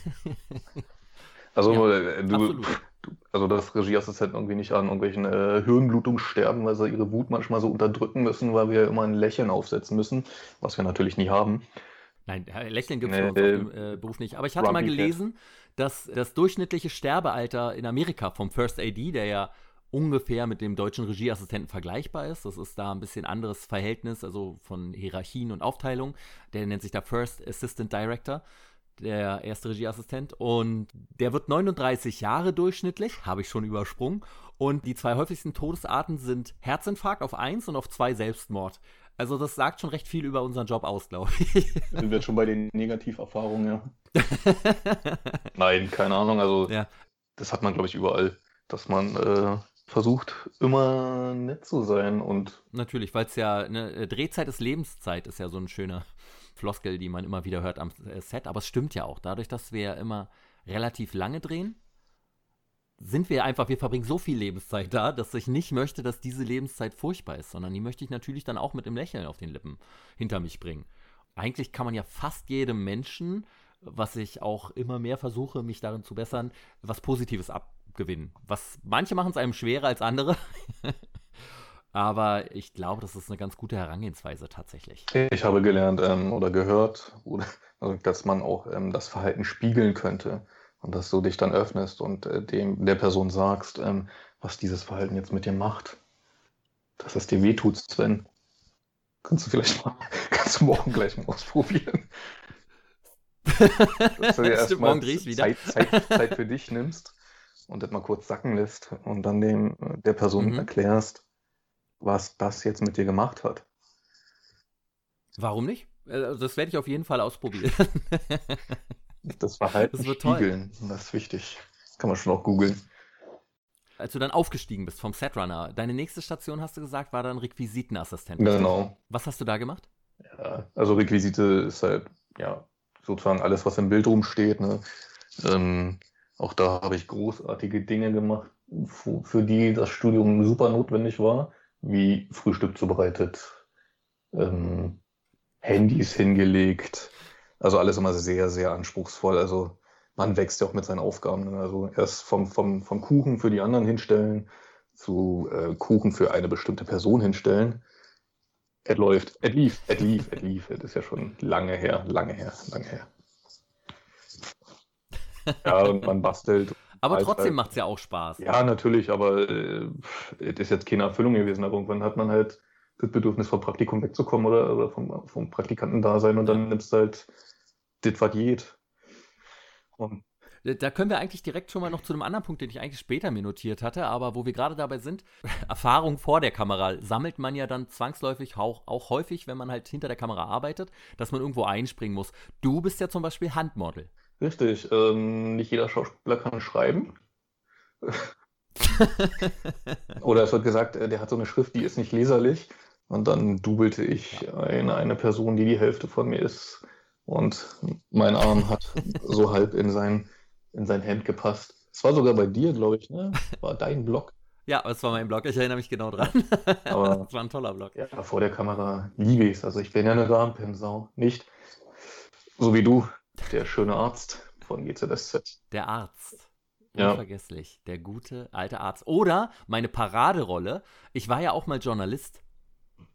Also, Ja, äh, du, absolut. du, also das Regieassistenten irgendwie nicht an irgendwelchen äh, Hirnblutungen sterben, weil sie ihre Wut manchmal so unterdrücken müssen, weil wir ja immer ein Lächeln aufsetzen müssen, was wir natürlich nie haben. Nein, äh, Lächeln gibt es Nee, bei uns auf dem äh, Beruf nicht. Aber ich hatte mal Grumpy Cat. gelesen, dass das durchschnittliche Sterbealter in Amerika vom First A D, der ja ungefähr mit dem deutschen Regieassistenten vergleichbar ist, das ist da ein bisschen anderes Verhältnis, also von Hierarchien und Aufteilung, der nennt sich da First Assistant Director, der erste Regieassistent, und der wird neununddreißig Jahre durchschnittlich, habe ich schon übersprungen, und die zwei häufigsten Todesarten sind Herzinfarkt auf eins und auf zwei Selbstmord. Also das sagt schon recht viel über unseren Job aus, glaube ich. Sind wir jetzt schon bei den Negativerfahrungen, ja? Nein, keine Ahnung. Also Ja, das hat man, glaube ich, überall, dass man äh, versucht, immer nett zu sein. Und natürlich, weil es ja, ne, Drehzeit ist Lebenszeit, ist ja so ein schöner Floskel, die man immer wieder hört am äh, Set. Aber es stimmt ja auch. Dadurch, dass wir ja immer relativ lange drehen, sind wir einfach, wir verbringen so viel Lebenszeit da, dass ich nicht möchte, dass diese Lebenszeit furchtbar ist, sondern die möchte ich natürlich dann auch mit einem Lächeln auf den Lippen hinter mich bringen. Eigentlich kann man ja fast jedem Menschen, was ich auch immer mehr versuche, mich darin zu bessern, was Positives abgewinnen. Was, manche machen es einem schwerer als andere, aber ich glaube, das ist eine ganz gute Herangehensweise tatsächlich. ich habe gelernt ähm, oder gehört, oder, also, dass man auch ähm, das Verhalten spiegeln könnte. Und dass du dich dann öffnest und äh, dem, der Person sagst, ähm, was dieses Verhalten jetzt mit dir macht. Dass es dir wehtut, Sven. Kannst du vielleicht mal, kannst du morgen gleich mal ausprobieren. Dass du dir Stimmt, morgen erstmal dreh ich wieder. Zeit, Zeit, Zeit für dich nimmst und das mal kurz sacken lässt und dann dem, der Person Mhm. erklärst, was das jetzt mit dir gemacht hat. Warum nicht? Also das werde ich auf jeden Fall ausprobieren. Das Verhalten Das wird toll. spiegeln, das ist wichtig. Kann man schon auch googeln. Als du dann aufgestiegen bist vom Setrunner, deine nächste Station, hast du gesagt, war dann Requisitenassistent. richtig? Genau. Was hast du da gemacht? Ja, also Requisite ist halt, ja, sozusagen alles, was im Bild rumsteht. Ne? Ähm, auch da habe ich großartige Dinge gemacht, für, für die das Studium super notwendig war, wie Frühstück zubereitet, ähm, Handys hingelegt. Also alles immer sehr, sehr anspruchsvoll. Also man wächst ja auch mit seinen Aufgaben. Ne? Also erst vom, vom, vom Kuchen für die anderen hinstellen zu äh, Kuchen für eine bestimmte Person hinstellen. Es läuft, es lief, es lief, es lief. Es ist ja schon lange her, lange her, lange her. Ja, und man bastelt. Aber halt, trotzdem halt. macht es ja auch Spaß. Ja, natürlich, aber äh, es ist jetzt keine Erfüllung gewesen. Aber irgendwann hat man halt das Bedürfnis, vom Praktikum wegzukommen oder, oder vom, vom Praktikanten-Dasein und Ja. dann nimmst du halt das, was geht. Und Da können wir eigentlich direkt schon mal noch zu einem anderen Punkt, den ich eigentlich später mir notiert hatte, aber wo wir gerade dabei sind, Erfahrung vor der Kamera sammelt man ja dann zwangsläufig auch, auch häufig, wenn man halt hinter der Kamera arbeitet, dass man irgendwo einspringen muss. Du bist ja zum Beispiel Handmodel. richtig, ähm, nicht jeder Schauspieler kann schreiben. Oder es wird gesagt, äh, der hat so eine Schrift, die ist nicht leserlich. Und dann dubelte ich eine, eine Person, die die Hälfte von mir ist. Und mein Arm hat so halb in sein, in sein Hemd gepasst. Es war sogar bei dir, glaube ich, ne? War dein Blog. Ja, das war mein Blog, ich erinnere mich genau dran. Aber Das war ein toller Blog. ja, vor der Kamera liebe ich es. Also ich bin ja eine Rahmenpinsau. Nicht so wie du, der schöne Arzt von G Z S Z. Der Arzt. Ja. Unvergesslich. Der gute alte Arzt. Oder meine Paraderolle. Ich war ja auch mal Journalist.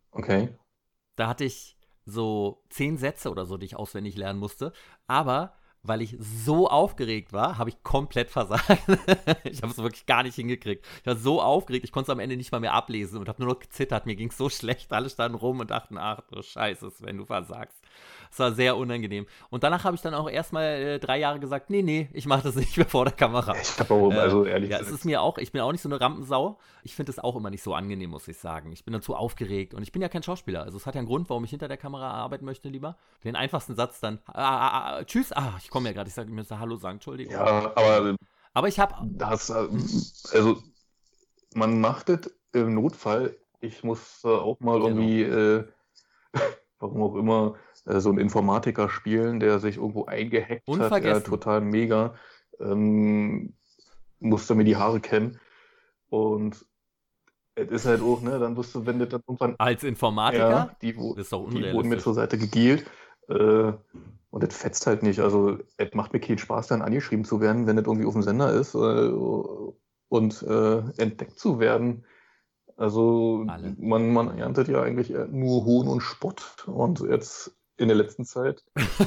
Okay. Da hatte ich so zehn Sätze oder so, die ich auswendig lernen musste. Aber weil ich so aufgeregt war, habe ich komplett versagt. Ich habe es wirklich gar nicht hingekriegt. Ich war so aufgeregt, ich konnte es am Ende nicht mal mehr ablesen und habe nur noch gezittert. Mir ging es so schlecht. Alle standen rum und dachten, ach du Scheiße, wenn du versagst. Es war sehr unangenehm. Und danach habe ich dann auch erstmal äh, drei Jahre gesagt, nee, nee, ich mache das nicht mehr vor der Kamera. Ich habe auch, also ehrlich äh, ja, es ist mir auch, ich bin auch nicht so eine Rampensau. Ich finde es auch immer nicht so angenehm, muss ich sagen. Ich bin dann zu aufgeregt und ich bin ja kein Schauspieler. Also es hat ja einen Grund, warum ich hinter der Kamera arbeiten möchte lieber. Den einfachsten Satz dann, ah, ah, ah, tschüss, ah, ich komme ja gerade, ich sage, ich müsste Hallo sagen, Entschuldigung. Ja, aber aber ich habe, das, also man macht es im Notfall. Ich muss äh, auch mal Genau. irgendwie, äh, warum auch immer, äh, so einen Informatiker spielen, der sich irgendwo eingehackt hat, ja, unvergessen. total mega. Ähm, musste mir die Haare kämmen. Und es ist halt auch, ne, dann wirst du, wenn du dann irgendwann, Als Informatiker, ja, die, wo, das ist doch die wurden mir unrealistisch. zur Seite gegielt. Äh, und das fetzt halt nicht. Also, es macht mir keinen Spaß, dann angeschrieben zu werden, wenn das irgendwie auf dem Sender ist äh, und äh, entdeckt zu werden. Also, Alle. man, man erntet ja eigentlich eher nur Hohn und Spott. Und jetzt in der letzten Zeit,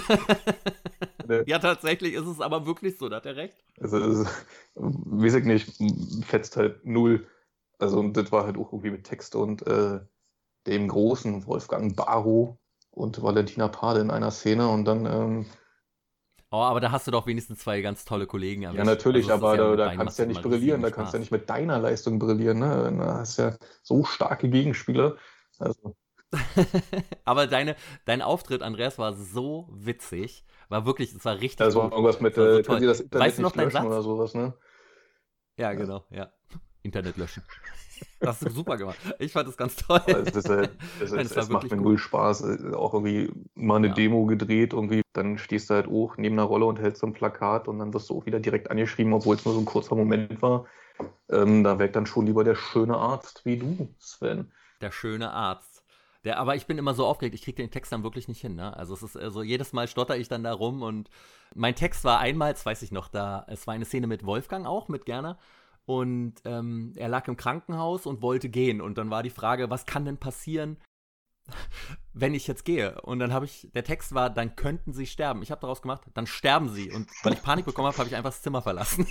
der, Ja, tatsächlich ist es aber wirklich so, da hat er recht. also, es, weiß ich nicht, fetzt halt null. Also, und das war halt auch irgendwie mit Text und äh, dem großen Wolfgang Barrow und Valentina Pade in einer Szene und dann, ähm, Oh, aber da hast du doch wenigstens zwei ganz tolle Kollegen erwischt. ja, natürlich, Also es ist aber ja, da, mit da beiden kannst du ja macht's nicht immer brillieren, riesigen da kannst du ja Spaß. nicht mit deiner Leistung brillieren, ne? Da hast du ja so starke Gegenspieler. Also, Aber deine, dein Auftritt, Andreas, war so witzig. War wirklich, es war richtig das war gut. irgendwas mit, Es war so äh, können toll. Sie das Internet Weißt du noch nicht deinen löschen Satz? oder sowas, ne? Ja, Ja. genau, ja. Internet löschen. Das hast du super gemacht. Ich fand das ganz toll. Aber es, ist halt, es, Nein, es, es war es macht wirklich mir gut. null Spaß. Äh, Auch irgendwie mal eine Ja. Demo gedreht, irgendwie, dann stehst du halt auch neben einer Rolle und hältst so ein Plakat und dann wirst du auch wieder direkt angeschrieben, obwohl es nur so ein kurzer Moment war. Ähm, da wäre ich dann schon lieber der schöne Arzt wie du, Sven. Der schöne Arzt. Der, aber ich bin immer so aufgeregt, ich kriege den Text dann wirklich nicht hin. Ne? Also es ist also jedes Mal stotter ich dann da rum und mein Text war einmal, das weiß ich noch, da es war eine Szene mit Wolfgang auch, mit Gerner. Und ähm, er lag im Krankenhaus und wollte gehen. Und dann war die Frage, was kann denn passieren, wenn ich jetzt gehe? Und dann habe ich, der Text war, dann könnten sie sterben. Ich habe daraus gemacht, dann sterben sie. Und weil ich Panik bekommen habe, habe ich einfach das Zimmer verlassen.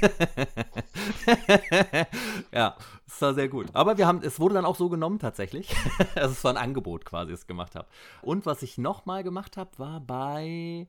Ja, das war sehr gut. Aber wir haben, es wurde dann auch so genommen tatsächlich. Also es war ein Angebot quasi, das ich gemacht habe. Und was ich nochmal gemacht habe, war bei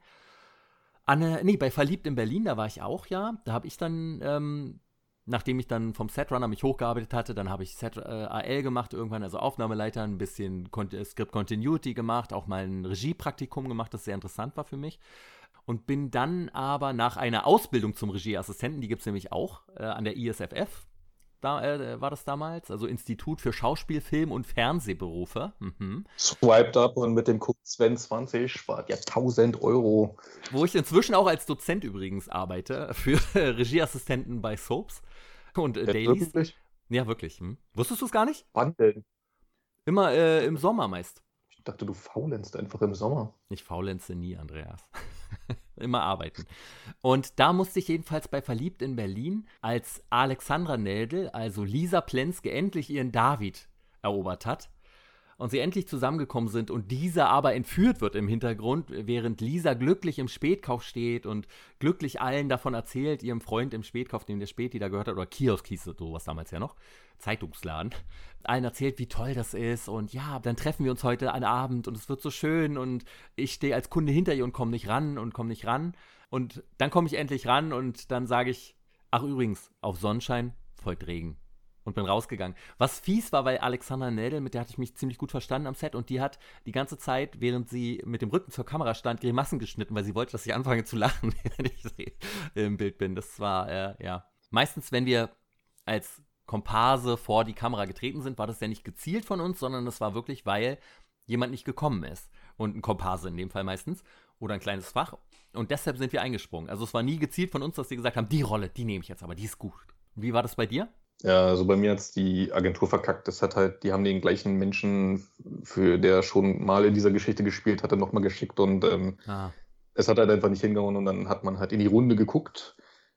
Anne, nee, bei Verliebt in Berlin, da war ich auch, ja. Da habe ich dann, ähm, nachdem ich dann vom Setrunner mich hochgearbeitet hatte, dann habe ich Set, äh, A L gemacht irgendwann, also Aufnahmeleiter, ein bisschen Con- Script Continuity gemacht, auch mal ein Regiepraktikum gemacht, das sehr interessant war für mich. Und bin dann aber nach einer Ausbildung zum Regieassistenten, die gibt es nämlich auch äh, an der I S F F, da äh, war das damals, also Institut für Schauspiel, Film und Fernsehberufe. Mhm. Swiped up und mit dem Code Sven zwanzig spart ja tausend Euro. Wo ich inzwischen auch als Dozent übrigens arbeite für Regieassistenten bei Soaps und äh, Ja, Dailies. wirklich? Ja, wirklich. Hm. Wusstest du es gar nicht? Wann denn? Immer äh, im Sommer meist. Ich dachte, du faulenzt einfach im Sommer. Ich faulenze nie, Andreas. Immer arbeiten. Und da musste ich jedenfalls bei Verliebt in Berlin, als Alexandra Neldl, also Lisa Plenske, endlich ihren David erobert hat und sie endlich zusammengekommen sind und dieser aber entführt wird im Hintergrund, während Lisa glücklich im Spätkauf steht und glücklich allen davon erzählt, ihrem Freund im Spätkauf, dem der Späti da gehört hat, oder Kiosk hieß sowas damals ja noch, Zeitungsladen, allen erzählt, wie toll das ist und ja, dann treffen wir uns heute an Abend und es wird so schön und ich stehe als Kunde hinter ihr und komme nicht ran und komme nicht ran und dann komme ich endlich ran und dann sage ich, ach übrigens, auf Sonnenschein folgt Regen. Und bin rausgegangen. Was fies war, weil Alexandra Neldl, mit der hatte ich mich ziemlich gut verstanden am Set und die hat die ganze Zeit, während sie mit dem Rücken zur Kamera stand, Grimassen geschnitten, weil sie wollte, dass ich anfange zu lachen, während ich im Bild bin. Das war, äh, ja. Meistens, wenn wir als Komparse vor die Kamera getreten sind, war das ja nicht gezielt von uns, sondern es war wirklich, weil jemand nicht gekommen ist. Und ein Komparse in dem Fall meistens. Oder ein kleines Fach. Und deshalb sind wir eingesprungen. Also es war nie gezielt von uns, dass sie gesagt haben, die Rolle, die nehme ich jetzt, aber die ist gut. Wie war das bei dir? Ja, also bei mir hat's die Agentur verkackt. Das hat halt, die haben den gleichen Menschen, für der schon mal in dieser Geschichte gespielt hatte, nochmal geschickt und ähm, Ah. es hat halt einfach nicht hingehauen und dann hat man halt in die Runde geguckt.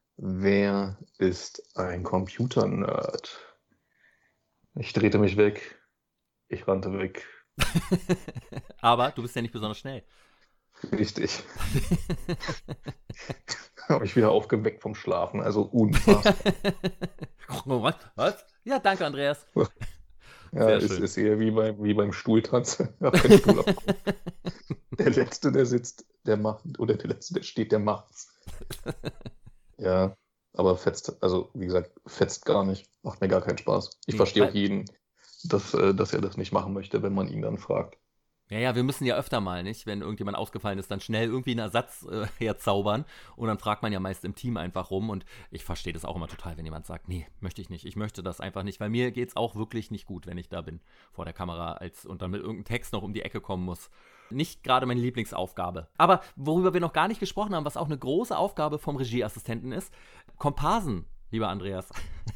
Wer ist ein Computer-Nerd? Ich drehte mich weg. Ich rannte weg. Aber du bist ja nicht besonders schnell. Richtig. Habe ich wieder aufgeweckt vom Schlafen, also unfassbar. Was? Was? Ja, danke, Andreas. Ja, Sehr es schön. ist eher wie beim, wie beim Stuhltanz. Hab keinen Stuhl abgeholt. Der Letzte, der sitzt, der macht, oder der Letzte, der steht, der macht's. Ja, aber fetzt, also wie gesagt, fetzt gar nicht. Macht mir gar keinen Spaß. Ich Nee, verstehe auch weil, jeden, dass, äh, dass er das nicht machen möchte, wenn man ihn dann fragt. ja, ja, wir müssen ja öfter mal, nicht? Wenn irgendjemand ausgefallen ist, dann schnell irgendwie einen Ersatz äh, herzaubern. Und dann fragt man ja meist im Team einfach rum. Und ich verstehe das auch immer total, wenn jemand sagt, nee, möchte ich nicht. Ich möchte das einfach nicht, weil mir geht's auch wirklich nicht gut, wenn ich da bin vor der Kamera als und dann mit irgendeinem Text noch um die Ecke kommen muss. Nicht gerade meine Lieblingsaufgabe. Aber worüber wir noch gar nicht gesprochen haben, was auch eine große Aufgabe vom Regieassistenten ist, Komparsen, lieber Andreas.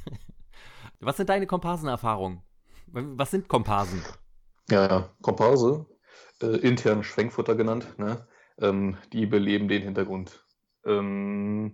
Was sind deine Komparsenerfahrungen? Was sind Komparsen? Ja, ja, Komparse, äh, intern Schwenkfutter genannt, ne? Ähm, die beleben den Hintergrund. Ähm,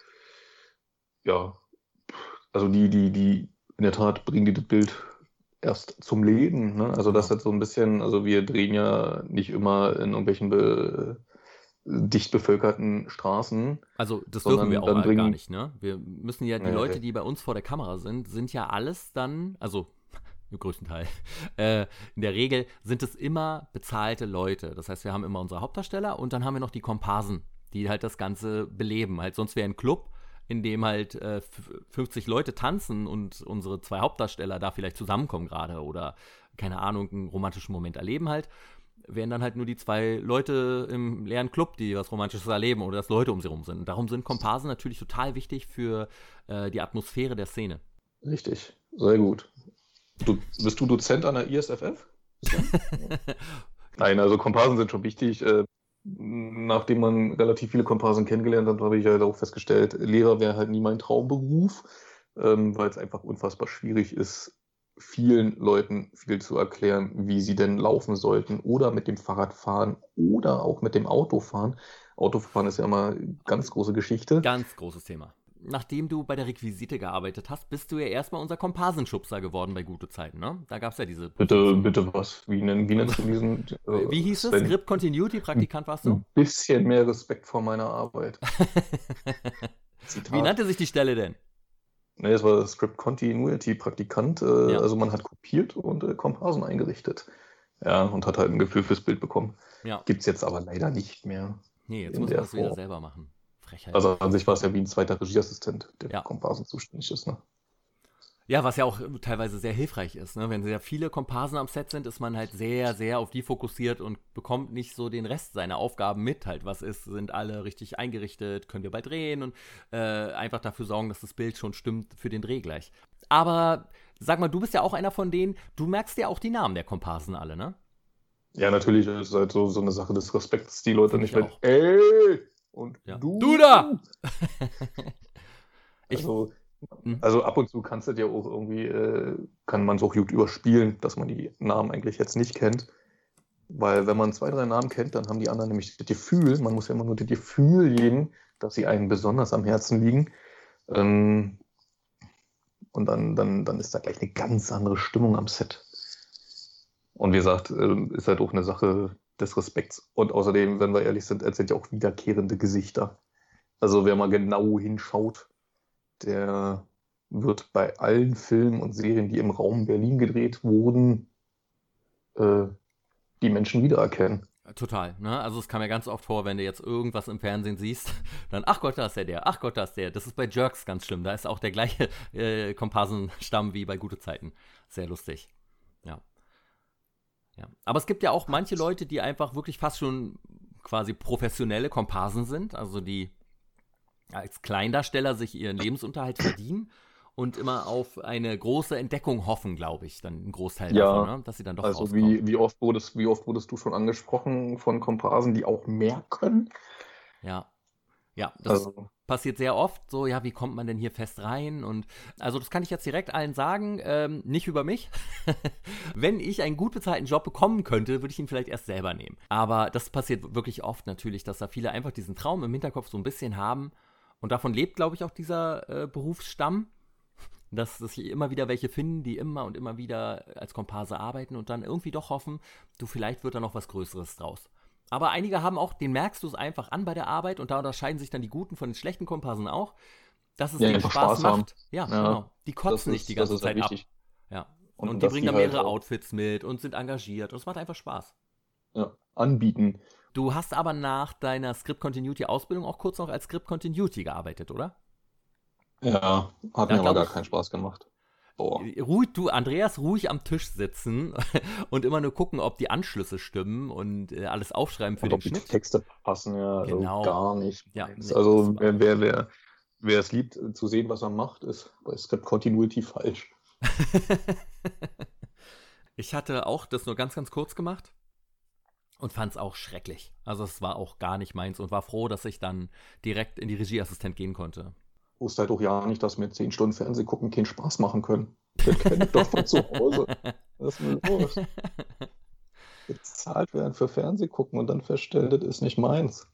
ja, also die, die, die, in der Tat bringen die das Bild erst zum Leben, ne? Also das Genau. hat so ein bisschen, also wir drehen ja nicht immer in irgendwelchen be, dicht bevölkerten Straßen, Also, das dürfen wir sondern auch dann gar bringen, nicht, ne? Wir müssen ja, die Leute, nee, die bei uns vor der Kamera sind, sind ja alles dann, also im größten Teil, äh, in der Regel sind es immer bezahlte Leute. Das heißt, wir haben immer unsere Hauptdarsteller und dann haben wir noch die Komparsen, die halt das Ganze beleben. Halt, sonst wäre ein Club, in dem halt äh, fünfzig Leute tanzen und unsere zwei Hauptdarsteller da vielleicht zusammenkommen gerade oder, keine Ahnung, einen romantischen Moment erleben halt, wären dann halt nur die zwei Leute im leeren Club, die was Romantisches erleben oder dass Leute um sie rum sind. Und darum sind Komparsen natürlich total wichtig für äh, die Atmosphäre der Szene. richtig, sehr gut. Du, bist du Dozent an der I S F F? Sven? Nein, also Komparsen sind schon wichtig. Äh, nachdem man relativ viele Komparsen kennengelernt hat, habe ich halt auch festgestellt, Lehrer wäre halt nie mein Traumberuf, ähm, weil es einfach unfassbar schwierig ist, vielen Leuten viel zu erklären, wie sie denn laufen sollten oder mit dem Fahrrad fahren oder auch mit dem Auto fahren. Autofahren ist ja immer eine ganz große Geschichte. Ganz großes Thema. Nachdem du bei der Requisite gearbeitet hast, bist du ja erstmal unser Komparsenschubser geworden bei Gute Zeiten, ne? Da gab es ja diese Bitte, Position. bitte was? Wie, nenn, wie nennst du diesen äh, Wie hieß es? Sven? Script Continuity Praktikant warst du? Ein bisschen mehr Respekt vor meiner Arbeit. Wie Zitat. nannte sich die Stelle denn? Ne, es war Script Continuity Praktikant. Äh, Ja, also man hat kopiert und äh, Komparsen eingerichtet. Ja, und hat halt ein Gefühl fürs Bild bekommen. ja. Gibt es jetzt aber leider nicht mehr Nee, jetzt in muss man der das wieder Form. selber machen. Frechheit. Also an sich war es ja wie ein zweiter Regieassistent, der für Ja. Komparsen zuständig ist. Ne? Ja, was ja auch teilweise sehr hilfreich ist. Ne? Wenn sehr viele Komparsen am Set sind, ist man halt sehr, sehr auf die fokussiert und bekommt nicht so den Rest seiner Aufgaben mit. Halt, was ist, sind alle richtig eingerichtet, können wir bald drehen und äh, einfach dafür sorgen, dass das Bild schon stimmt für den Dreh gleich. Aber sag mal, du bist ja auch einer von denen, du merkst ja auch die Namen der Komparsen alle, ne? Ja, natürlich ist es halt so, so eine Sache des Respekts, die Leute Finde nicht ich mit auch. ey und Ja. du. Du da! Ich, Also, hm, also ab und zu kannst du ja auch irgendwie, äh, kann man es auch gut überspielen, dass man die Namen eigentlich jetzt nicht kennt. Weil wenn man zwei, drei Namen kennt, dann haben die anderen nämlich das Gefühl, man muss ja immer nur das Gefühl geben, dass sie einem besonders am Herzen liegen. Ähm, und dann, dann, dann ist da gleich eine ganz andere Stimmung am Set. Und wie gesagt, äh, ist halt auch eine Sache des Respekts. Und außerdem, wenn wir ehrlich sind, es sind ja auch wiederkehrende Gesichter. Also wer mal genau hinschaut, der wird bei allen Filmen und Serien, die im Raum Berlin gedreht wurden, äh, die Menschen wiedererkennen. total, ne? Also es kam ja ganz oft vor, wenn du jetzt irgendwas im Fernsehen siehst, dann, ach Gott, da ist der, der, ach Gott, da ist der. Das ist bei Jerks ganz schlimm. Da ist auch der gleiche äh, Komparsenstamm wie bei Gute Zeiten. Sehr lustig. Ja. Ja. Aber es gibt ja auch manche Leute, die einfach wirklich fast schon quasi professionelle Komparsen sind, also die als Kleindarsteller sich ihren Lebensunterhalt verdienen und immer auf eine große Entdeckung hoffen, glaube ich, dann ein Großteil davon, Ja, ne? Dass sie dann doch also rauskommen. wie, wie oft wurdest, wie oft wurdest du schon angesprochen von Komparsen, die auch mehr können? Ja, ja, das Also, passiert sehr oft. So, ja, wie kommt man denn hier fest rein? Und also das kann ich jetzt direkt allen sagen, ähm, nicht über mich. Wenn ich einen gut bezahlten Job bekommen könnte, würde ich ihn vielleicht erst selber nehmen. Aber das passiert wirklich oft natürlich, dass da viele einfach diesen Traum im Hinterkopf so ein bisschen haben. Und davon lebt, glaube ich, auch dieser äh, Berufsstamm, dass sich immer wieder welche finden, die immer und immer wieder als Komparse arbeiten und dann irgendwie doch hoffen, du, vielleicht wird da noch was Größeres draus. Aber einige haben auch, den merkst du es einfach an bei der Arbeit und da unterscheiden sich dann die guten von den schlechten Komparsen auch, dass es Ja, denen einfach Spaß Spaß haben. macht. Ja, Ja, genau. Die das kotzen nicht ist, die das ganze ist halt Zeit ab. wichtig. Ja. Und, Und die dass bringen die dann halt mehrere auch Outfits mit und sind engagiert und es macht einfach Spaß. ja, anbieten. Du hast aber nach deiner Script Continuity Ausbildung auch kurz noch als Script Continuity gearbeitet, oder? Ja, hat Da mir aber glaube gar ich, keinen Spaß gemacht. Boah. ruhig, du, Andreas, ruhig am Tisch sitzen und immer nur gucken, ob die Anschlüsse stimmen und äh, alles aufschreiben für Und den ob die Schnitt. Texte passen, ja, also Genau. gar nicht Ja, meins. nee, das Also war wer, auch nicht. wer, wer, wer es liebt, zu sehen, was er macht, ist bei Script Continuity falsch. Ich hatte auch das nur ganz, ganz kurz gemacht und fand es auch schrecklich. Also es war auch gar nicht meins und war froh, dass ich dann direkt in die Regieassistent gehen konnte. Wusste halt auch ja nicht, dass mir zehn Stunden Fernsehen gucken keinen Spaß machen können. Das kenne ich doch von zu Hause. Was ist denn los? Bezahlt werden für Fernsehen gucken und dann feststellen, das ist nicht meins.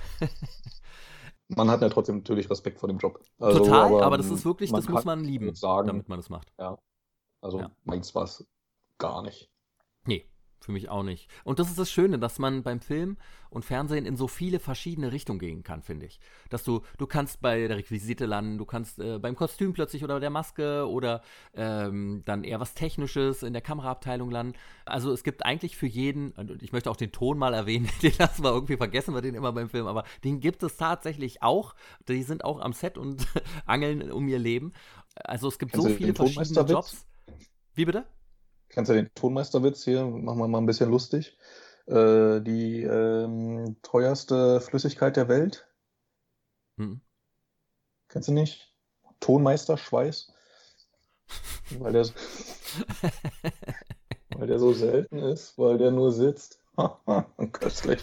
Man hat ja trotzdem natürlich Respekt vor dem Job. Also, Total, aber aber das ist ähm, wirklich, man das muss kann man auch lieben, sagen, damit man das macht. ja, also Ja. meins war es gar nicht. Nee, für mich auch nicht. Und das ist das Schöne, dass man beim Film und Fernsehen in so viele verschiedene Richtungen gehen kann, finde ich. Dass du, du kannst bei der Requisite landen, du kannst äh, beim Kostüm plötzlich oder der Maske oder ähm, dann eher was Technisches in der Kameraabteilung landen. Also es gibt eigentlich für jeden, und ich möchte auch den Ton mal erwähnen, den lassen wir irgendwie, vergessen wir den immer beim Film, aber den gibt es tatsächlich auch. Die sind auch am Set und angeln um ihr Leben. Also es gibt Kennst so du viele den verschiedene Tonmeisterwitz? Jobs. Wie bitte? Kennst du den Tonmeisterwitz hier? Machen wir mal ein bisschen lustig. Äh, die ähm, teuerste Flüssigkeit der Welt. Hm. Kennst du nicht? Tonmeisterschweiß. Weil der, weil der so selten ist, weil der nur sitzt. Köstlich.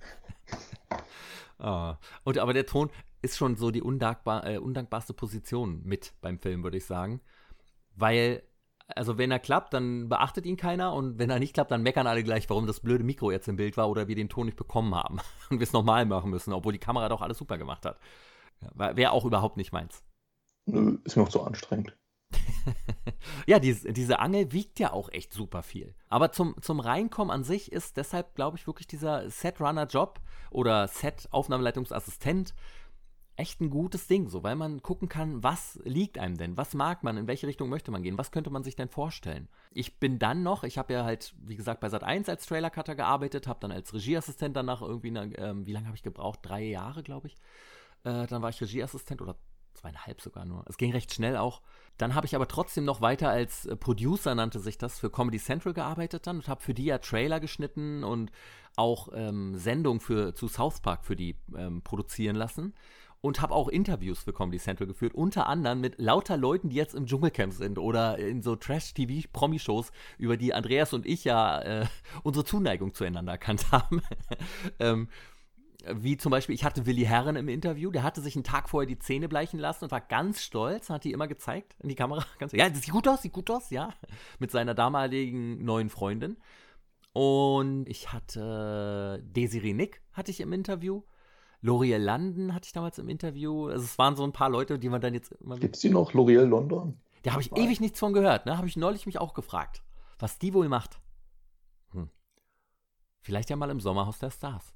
Ah. Und aber der Ton ist schon so die undankbar, äh, undankbarste Position mit beim Film, würde ich sagen. Weil, also wenn er klappt, dann beachtet ihn keiner und wenn er nicht klappt, dann meckern alle gleich, warum das blöde Mikro jetzt im Bild war oder wir den Ton nicht bekommen haben und wir es nochmal machen müssen, obwohl die Kamera doch alles super gemacht hat. Ja, wäre auch überhaupt nicht meins. Nö, ist mir auch zu anstrengend. Ja, diese, diese Angel wiegt ja auch echt super viel. Aber zum, zum Reinkommen an sich ist deshalb, glaube ich, wirklich dieser Set-Runner-Job oder Set-Aufnahmeleitungsassistent echt ein gutes Ding, so, weil man gucken kann, was liegt einem denn, was mag man, in welche Richtung möchte man gehen, was könnte man sich denn vorstellen. Ich bin dann noch, ich habe ja halt, wie gesagt, bei Sat eins als Trailer-Cutter gearbeitet, habe dann als Regieassistent danach irgendwie, eine, ähm, wie lange habe ich gebraucht? Drei Jahre, glaube ich. Äh, dann war ich Regieassistent oder zweieinhalb sogar nur. Es ging recht schnell auch. Dann habe ich aber trotzdem noch weiter als äh, Producer, nannte sich das, für Comedy Central gearbeitet dann und habe für die ja Trailer geschnitten und auch ähm, Sendungen für, zu South Park für die ähm, produzieren lassen. Und habe auch Interviews für Comedy Central geführt, unter anderem mit lauter Leuten, die jetzt im Dschungelcamp sind oder in so Trash-T V-Promi-Shows, über die Andreas und ich ja äh, unsere Zuneigung zueinander erkannt haben. ähm, wie zum Beispiel, ich hatte Willi Herren im Interview, der hatte sich einen Tag vorher die Zähne bleichen lassen und war ganz stolz, hat die immer gezeigt in die Kamera. Ganz, ja, das sieht gut aus, sieht gut aus, ja. Mit seiner damaligen neuen Freundin. Und ich hatte Desiree Nick, hatte ich im Interview. L'Oreal London hatte ich damals im Interview. Also es waren so ein paar Leute, die man dann jetzt immer... Gibt's die noch, L'Oreal London? Da habe ich ewig nichts von gehört, ne? Habe ich neulich mich auch gefragt, was die wohl macht. Hm. Vielleicht ja mal im Sommerhaus der Stars.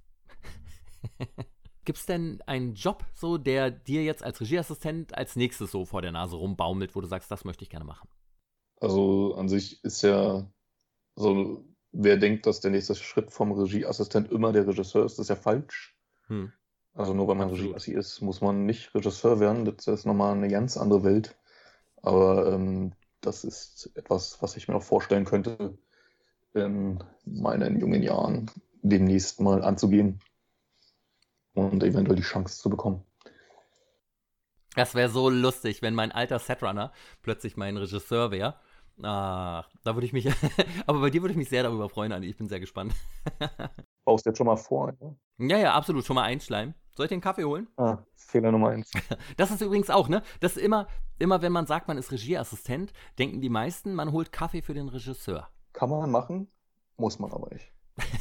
Gibt es denn einen Job, so, der dir jetzt als Regieassistent als nächstes so vor der Nase rumbaumelt, wo du sagst, das möchte ich gerne machen? Also an sich ist ja so, wer denkt, dass der nächste Schritt vom Regieassistent immer der Regisseur ist, ist ja falsch. Hm. Also nur weil man Absolut. Regieassi ist, muss man nicht Regisseur werden. Das ist nochmal eine ganz andere Welt. Aber ähm, das ist etwas, was ich mir auch vorstellen könnte, in meinen jungen Jahren demnächst mal anzugehen und eventuell die Chance zu bekommen. Das wäre so lustig, wenn mein alter Setrunner plötzlich mein Regisseur wäre. Ah, da würde ich mich, aber bei dir würde ich mich sehr darüber freuen, Andi. Ich bin sehr gespannt. Baust du jetzt schon mal vor? Ne? Ja, ja, absolut. Schon mal einschleimen. Soll ich dir einen Kaffee holen? Ah, Fehler Nummer eins. Das ist übrigens auch, ne? Das ist immer, immer, wenn man sagt, man ist Regieassistent, denken die meisten, man holt Kaffee für den Regisseur. Kann man machen, muss man aber nicht.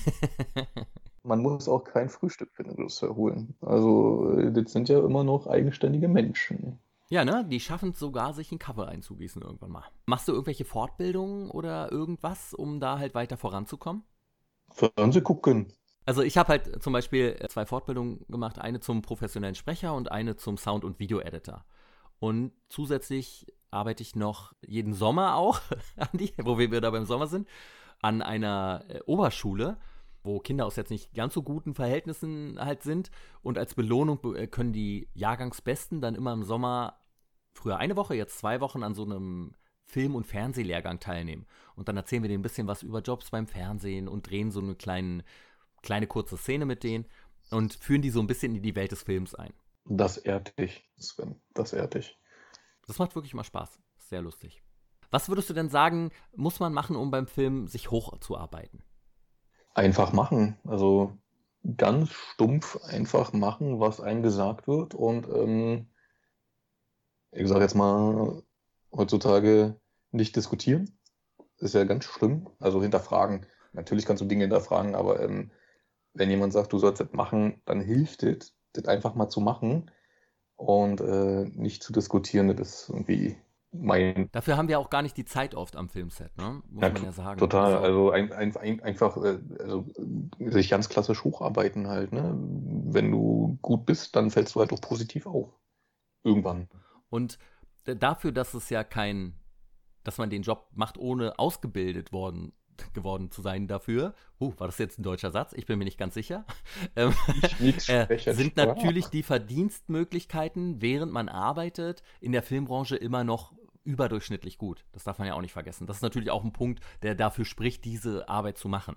Man muss auch kein Frühstück für den Regisseur holen. Also, das sind ja immer noch eigenständige Menschen. Ja, ne? Die schaffen es sogar, sich einen Kaffee einzugießen irgendwann mal. Machst du irgendwelche Fortbildungen oder irgendwas, um da halt weiter voranzukommen? Fernseh gucken. Also ich habe halt zum Beispiel zwei Fortbildungen gemacht, eine zum professionellen Sprecher und eine zum Sound- und Video-Editor. Und zusätzlich arbeite ich noch jeden Sommer auch, Andi, wo wir da beim Sommer sind, an einer äh, Oberschule, wo Kinder aus jetzt nicht ganz so guten Verhältnissen halt sind. Und als Belohnung äh, können die Jahrgangsbesten dann immer im Sommer, früher eine Woche, jetzt zwei Wochen an so einem Film- und Fernsehlehrgang teilnehmen. Und dann erzählen wir denen ein bisschen was über Jobs beim Fernsehen und drehen so eine kleine, kleine kurze Szene mit denen und führen die so ein bisschen in die Welt des Films ein. Das ehrt dich, Sven. Das ehrt dich. Das macht wirklich mal Spaß. Sehr lustig. Was würdest du denn sagen, muss man machen, um beim Film sich hochzuarbeiten? Einfach machen. Also ganz stumpf einfach machen, was einem gesagt wird. Und ähm, ich sage jetzt mal, heutzutage nicht diskutieren. Ist ja ganz schlimm. Also hinterfragen. Natürlich kannst du Dinge hinterfragen, aber ähm, wenn jemand sagt, du sollst das machen, dann hilft es, das einfach mal zu machen und äh, nicht zu diskutieren. Das ist irgendwie mein. Dafür haben wir auch gar nicht die Zeit oft am Filmset, ne? Muss Ja, man ja sagen. total. Also, Also ein, ein, ein, einfach äh, also äh, sich ganz klassisch hocharbeiten halt. Ne? Wenn du gut bist, dann fällst du halt auch positiv auf. Irgendwann. und d- dafür, dass es ja kein, dass man den Job macht, ohne ausgebildet worden geworden zu sein dafür. Uh, war das jetzt ein deutscher Satz? Ich bin mir nicht ganz sicher. Ähm, Ich nix äh, spreche sind Sprach. natürlich die Verdienstmöglichkeiten, während man arbeitet, in der Filmbranche immer noch überdurchschnittlich gut. Das darf man ja auch nicht vergessen. Das ist natürlich auch ein Punkt, der dafür spricht, diese Arbeit zu machen.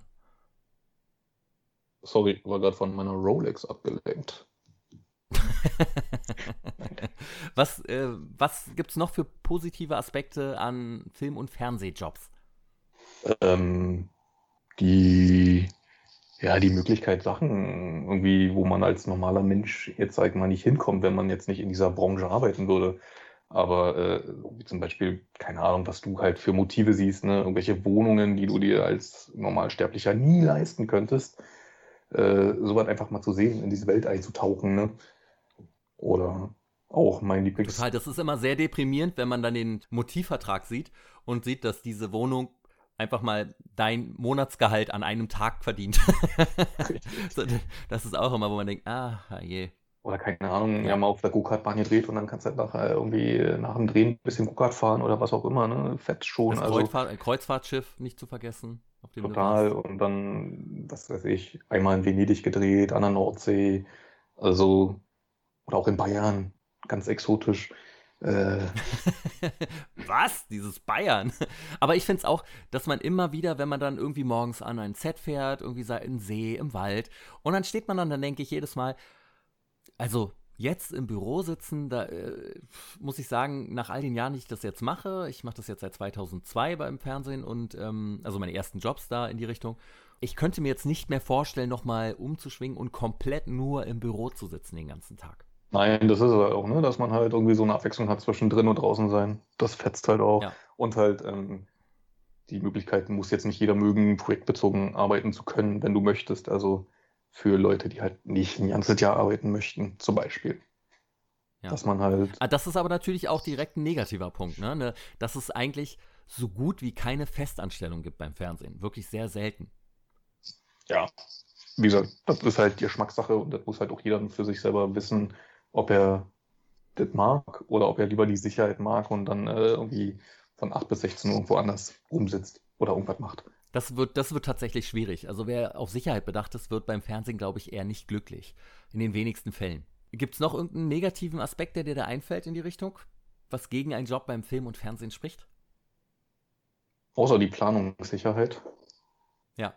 Sorry, war gerade von meiner Rolex abgelenkt. was äh, was gibt es noch für positive Aspekte an Film- und Fernsehjobs? Ähm, die, ja, die Möglichkeit, Sachen irgendwie, wo man als normaler Mensch jetzt, sag ich mal, nicht hinkommt, wenn man jetzt nicht in dieser Branche arbeiten würde. Aber äh, wie zum Beispiel, keine Ahnung, was du halt für Motive siehst, ne? Irgendwelche Wohnungen, die du dir als Normalsterblicher nie leisten könntest. Äh, sowas einfach mal zu sehen, in diese Welt einzutauchen, ne? Oder auch mein Lieblings... Total, das ist immer sehr deprimierend, wenn man dann den Motivvertrag sieht und sieht, dass diese Wohnung einfach mal dein Monatsgehalt an einem Tag verdient. So, das ist auch immer, wo man denkt, ah, je. Oder keine Ahnung, ja, Ja. mal auf der Go-Kart-Bahn gedreht und dann kannst du halt nachher irgendwie nach dem Drehen ein bisschen Go-Kart fahren oder was auch immer, ne? Fett schon, Das also Kreuzfahrt, äh, Kreuzfahrtschiff nicht zu vergessen, auf dem du total. warst. Und dann, was weiß ich, einmal in Venedig gedreht, an der Nordsee, also, oder auch in Bayern, ganz exotisch. Äh, Was? Dieses Bayern? Aber ich finde es auch, dass man immer wieder, wenn man dann irgendwie morgens an ein Set fährt, irgendwie sei in See, im Wald, und dann steht man dann, dann denke ich jedes Mal, also jetzt im Büro sitzen, da äh, muss ich sagen, nach all den Jahren, die ich das jetzt mache, ich mache das jetzt seit zweitausendzwei beim Fernsehen und ähm, also meine ersten Jobs da in die Richtung, ich könnte mir jetzt nicht mehr vorstellen, nochmal umzuschwingen und komplett nur im Büro zu sitzen den ganzen Tag. Nein, das ist es halt auch, ne? Dass man halt irgendwie so eine Abwechslung hat zwischen drin und draußen sein. Das fetzt halt auch. Ja. Und halt ähm, die Möglichkeiten muss jetzt nicht jeder mögen, projektbezogen arbeiten zu können, wenn du möchtest. Also für Leute, die halt nicht ein ganzes Jahr arbeiten möchten, zum Beispiel. Ja. Dass man halt, Ah, das ist aber natürlich auch direkt ein negativer Punkt, ne? Ne, dass es eigentlich so gut wie keine Festanstellung gibt beim Fernsehen. Wirklich sehr selten. ja, wie gesagt, das ist halt die Geschmackssache und das muss halt auch jeder für sich selber wissen, ob er das mag oder ob er lieber die Sicherheit mag und dann äh, irgendwie von acht bis sechzehn Uhr irgendwo anders rumsitzt oder irgendwas macht. Das wird, das wird tatsächlich schwierig. Also wer auf Sicherheit bedacht ist, wird beim Fernsehen, glaube ich, eher nicht glücklich. In den wenigsten Fällen. Gibt es noch irgendeinen negativen Aspekt, der dir da einfällt in die Richtung? Was gegen einen Job beim Film und Fernsehen spricht? Außer die Planungssicherheit. Ja.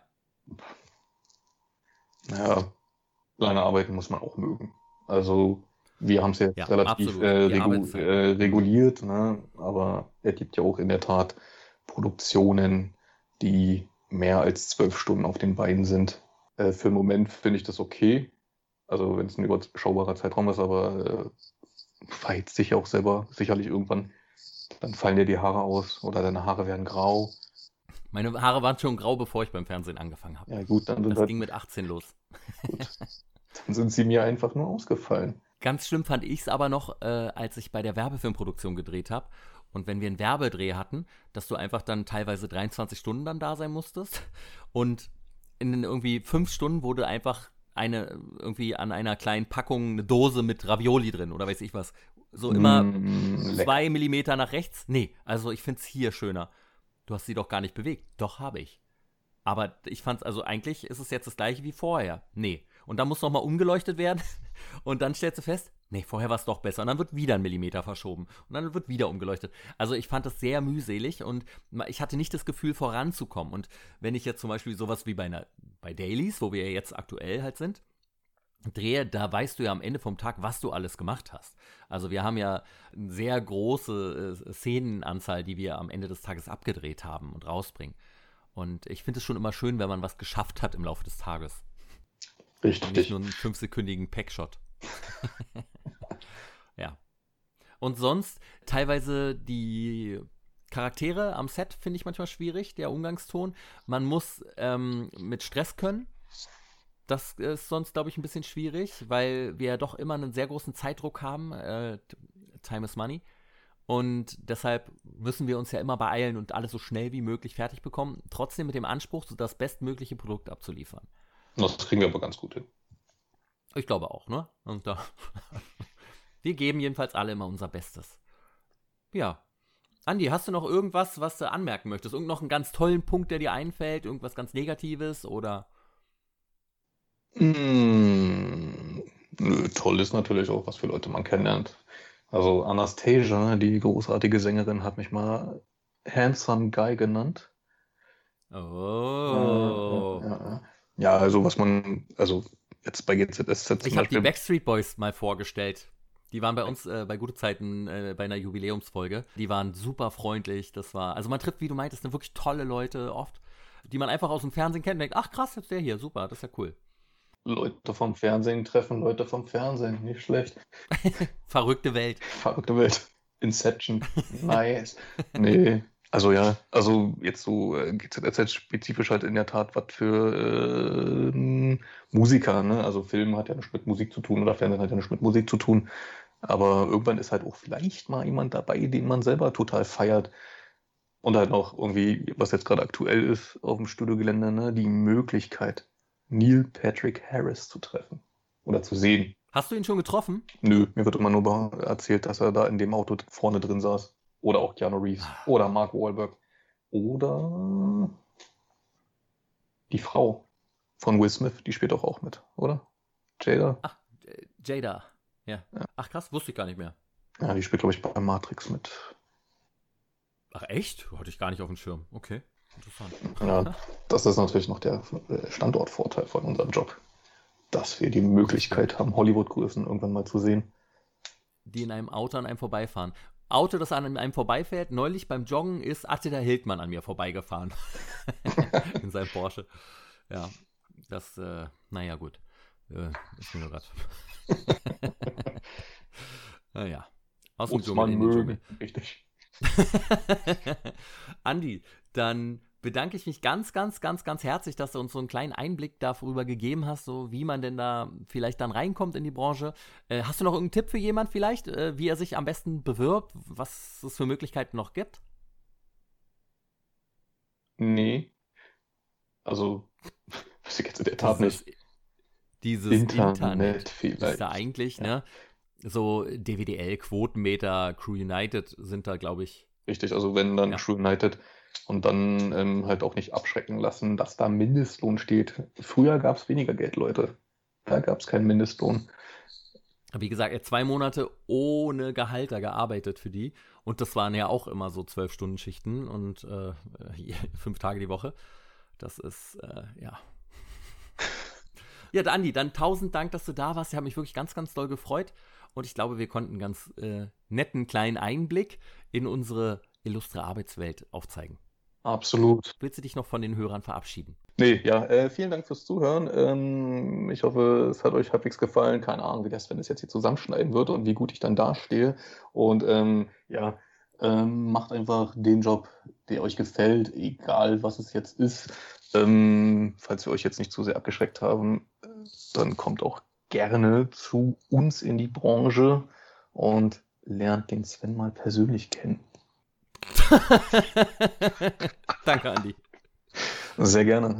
Naja, lange arbeiten muss man auch mögen. Also wir haben es jetzt Ja, relativ absolut. äh, Die regu Arbeitszeit. äh, reguliert, ne? Aber es gibt ja auch in der Tat Produktionen, die mehr als zwölf Stunden auf den Beinen sind. Äh, für den Moment finde ich das okay. Also wenn es ein überschaubarer Zeitraum ist, aber äh, verheizt sich ja auch selber sicherlich irgendwann. Dann fallen dir die Haare aus oder deine Haare werden grau. Meine Haare waren schon grau, bevor ich beim Fernsehen angefangen habe. Ja gut, dann sind Das halt, ging mit achtzehn los. gut, dann sind sie mir einfach nur ausgefallen. Ganz schlimm fand ich es aber noch, äh, als ich bei der Werbefilmproduktion gedreht habe. Und wenn wir einen Werbedreh hatten, dass du einfach dann teilweise dreiundzwanzig Stunden dann da sein musstest. Und in irgendwie fünf Stunden wurde einfach eine, irgendwie an einer kleinen Packung eine Dose mit Ravioli drin oder weiß ich was. So immer Mm, zwei lecker. Millimeter nach rechts. Nee, also ich finde es hier schöner. Du hast sie doch gar nicht bewegt. Doch, habe ich. Aber ich fand's, also eigentlich ist es jetzt das gleiche wie vorher. Nee. Und dann muss nochmal umgeleuchtet werden. Und dann stellst du fest, nee, vorher war es doch besser. Und dann wird wieder ein Millimeter verschoben. Und dann wird wieder umgeleuchtet. Also ich fand das sehr mühselig und ich hatte nicht das Gefühl, voranzukommen. Und wenn ich jetzt zum Beispiel sowas wie bei, einer, bei Dailies, wo wir ja jetzt aktuell halt sind, drehe, da weißt du ja am Ende vom Tag, was du alles gemacht hast. Also wir haben ja eine sehr große äh, Szenenanzahl, die wir am Ende des Tages abgedreht haben und rausbringen. Und ich finde es schon immer schön, wenn man was geschafft hat im Laufe des Tages. Und nicht Richtig. nur einen fünfsekündigen Packshot. Ja. Und sonst teilweise die Charaktere am Set finde ich manchmal schwierig, der Umgangston. Man muss ähm, mit Stress können. Das ist sonst, glaube ich, ein bisschen schwierig, weil wir ja doch immer einen sehr großen Zeitdruck haben. Äh, Time is money. Und deshalb müssen wir uns ja immer beeilen und alles so schnell wie möglich fertig bekommen. Trotzdem mit dem Anspruch, so das bestmögliche Produkt abzuliefern. Das kriegen wir aber ganz gut hin. Ich glaube auch, ne? Und da wir geben jedenfalls alle immer unser Bestes. Ja. Andi, hast du noch irgendwas, was du anmerken möchtest? Irgend noch einen ganz tollen Punkt, der dir einfällt? Irgendwas ganz Negatives? Oder? Mm, nö, toll ist natürlich auch, was für Leute man kennenlernt. Also Anastasia, die großartige Sängerin, hat mich mal Handsome Guy genannt. Äh, Oh. ja, ja. Ja, also was man, also jetzt bei G Z S Z zum Ich habe die Beispiel. Backstreet Boys mal vorgestellt. Die waren bei uns äh, bei Gute Zeiten äh, bei einer Jubiläumsfolge. Die waren super freundlich. Das war, also man trifft, wie du meintest, eine wirklich tolle Leute oft, die man einfach aus dem Fernsehen kennt und denkt, ach krass, jetzt der hier, super, das ist ja cool. Leute vom Fernsehen treffen Leute vom Fernsehen, nicht schlecht. Verrückte Welt. Verrückte Welt. Inception. Nice. Nee, also ja, also jetzt so äh, G Z S Z spezifisch halt in der Tat was für äh, Musiker, ne? Also Film hat ja nichts mit Musik zu tun oder Fernsehen hat ja nichts mit Musik zu tun. Aber irgendwann ist halt auch vielleicht mal jemand dabei, den man selber total feiert. Und halt noch irgendwie, was jetzt gerade aktuell ist auf dem Studiogelände, ne? Die Möglichkeit, Neil Patrick Harris zu treffen oder zu sehen. Hast du ihn schon getroffen? Nö, mir wird immer nur be- erzählt, dass er da in dem Auto vorne drin saß. Oder auch Keanu Reeves. Oder Mark Wahlberg. Oder die Frau von Will Smith, die spielt doch auch mit, oder? Jada? Ach, äh, Jada. Ja. Ja. Ach krass, wusste ich gar nicht mehr. Ja, die spielt, glaube ich, bei Matrix mit. Ach echt? Hatte ich gar nicht auf dem Schirm. Okay, interessant. Ja, das ist natürlich noch der äh, Standortvorteil von unserem Job. Dass wir die Möglichkeit haben, Hollywood-Größen irgendwann mal zu sehen. Die in einem Auto an einem vorbeifahren. Auto, das an einem vorbeifährt, neulich beim Joggen ist Attila Hildmann an mir vorbeigefahren. In seinem Porsche. Ja, das, äh, naja, gut. Äh, ist mir nur grad. Naja. Aus dem Muss Dschungel man in den mögen. Dschungel. Richtig. Andi, dann bedanke ich mich ganz, ganz, ganz, ganz herzlich, dass du uns so einen kleinen Einblick darüber gegeben hast, so wie man denn da vielleicht dann reinkommt in die Branche. Äh, hast du noch irgendeinen Tipp für jemand vielleicht, äh, wie er sich am besten bewirbt, was es für Möglichkeiten noch gibt? Nee. Also, weiß ich jetzt in der Tat Dieses, nicht. dieses Internet Internet vielleicht. ist da eigentlich, Ja. ne? So D W D L, Quotenmeter, Crew United sind da, glaube ich. Richtig, also wenn dann Ja. Crew United und dann ähm, halt auch nicht abschrecken lassen, dass da Mindestlohn steht. Früher gab es weniger Geld, Leute. Da gab es keinen Mindestlohn. Wie gesagt, er hat zwei Monate ohne Gehalt da gearbeitet für die. Und das waren ja auch immer so zwölf Stunden Schichten und äh, fünf Tage die Woche. Das ist, äh, ja. Ja, Andi, dann tausend Dank, dass du da warst. Ich habe mich wirklich ganz, ganz doll gefreut. Und ich glaube, wir konnten einen ganz äh, netten kleinen Einblick in unsere illustre Arbeitswelt aufzeigen. Absolut. Willst du dich noch von den Hörern verabschieden? Nee, ja, äh, vielen Dank fürs Zuhören. Ähm, ich hoffe, es hat euch halbwegs gefallen. Keine Ahnung, wie das, wenn es jetzt hier zusammenschneiden wird und wie gut ich dann dastehe. Und ähm, ja, ähm, macht einfach den Job, der euch gefällt, egal was es jetzt ist. Ähm, falls wir euch jetzt nicht zu sehr abgeschreckt haben, dann kommt auch gerne zu uns in die Branche und lernt den Sven mal persönlich kennen. Danke, Andi. Sehr gerne.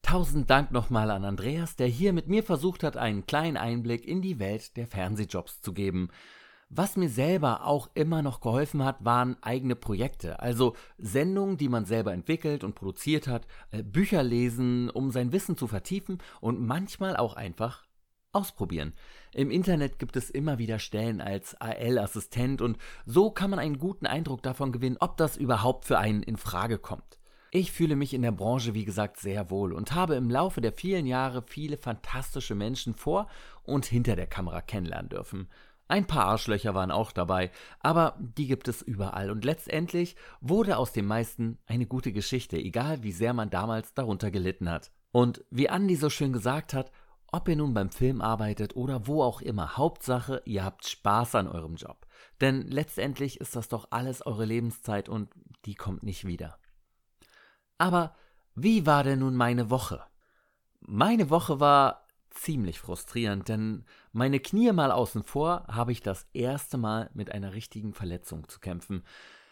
Tausend Dank nochmal an Andreas, der hier mit mir versucht hat, einen kleinen Einblick in die Welt der Fernsehjobs zu geben. Was mir selber auch immer noch geholfen hat, waren eigene Projekte, also Sendungen, die man selber entwickelt und produziert hat, äh, Bücher lesen, um sein Wissen zu vertiefen und manchmal auch einfach ausprobieren. Im Internet gibt es immer wieder Stellen als A L-Assistent und so kann man einen guten Eindruck davon gewinnen, ob das überhaupt für einen in Frage kommt. Ich fühle mich in der Branche, wie gesagt, sehr wohl und habe im Laufe der vielen Jahre viele fantastische Menschen vor und hinter der Kamera kennenlernen dürfen. Ein paar Arschlöcher waren auch dabei, aber die gibt es überall und letztendlich wurde aus dem meisten eine gute Geschichte, egal wie sehr man damals darunter gelitten hat. Und wie Andi so schön gesagt hat, ob ihr nun beim Film arbeitet oder wo auch immer, Hauptsache, ihr habt Spaß an eurem Job. Denn letztendlich ist das doch alles eure Lebenszeit und die kommt nicht wieder. Aber wie war denn nun meine Woche? Meine Woche war ziemlich frustrierend, denn meine Knie mal außen vor, habe ich das erste Mal mit einer richtigen Verletzung zu kämpfen.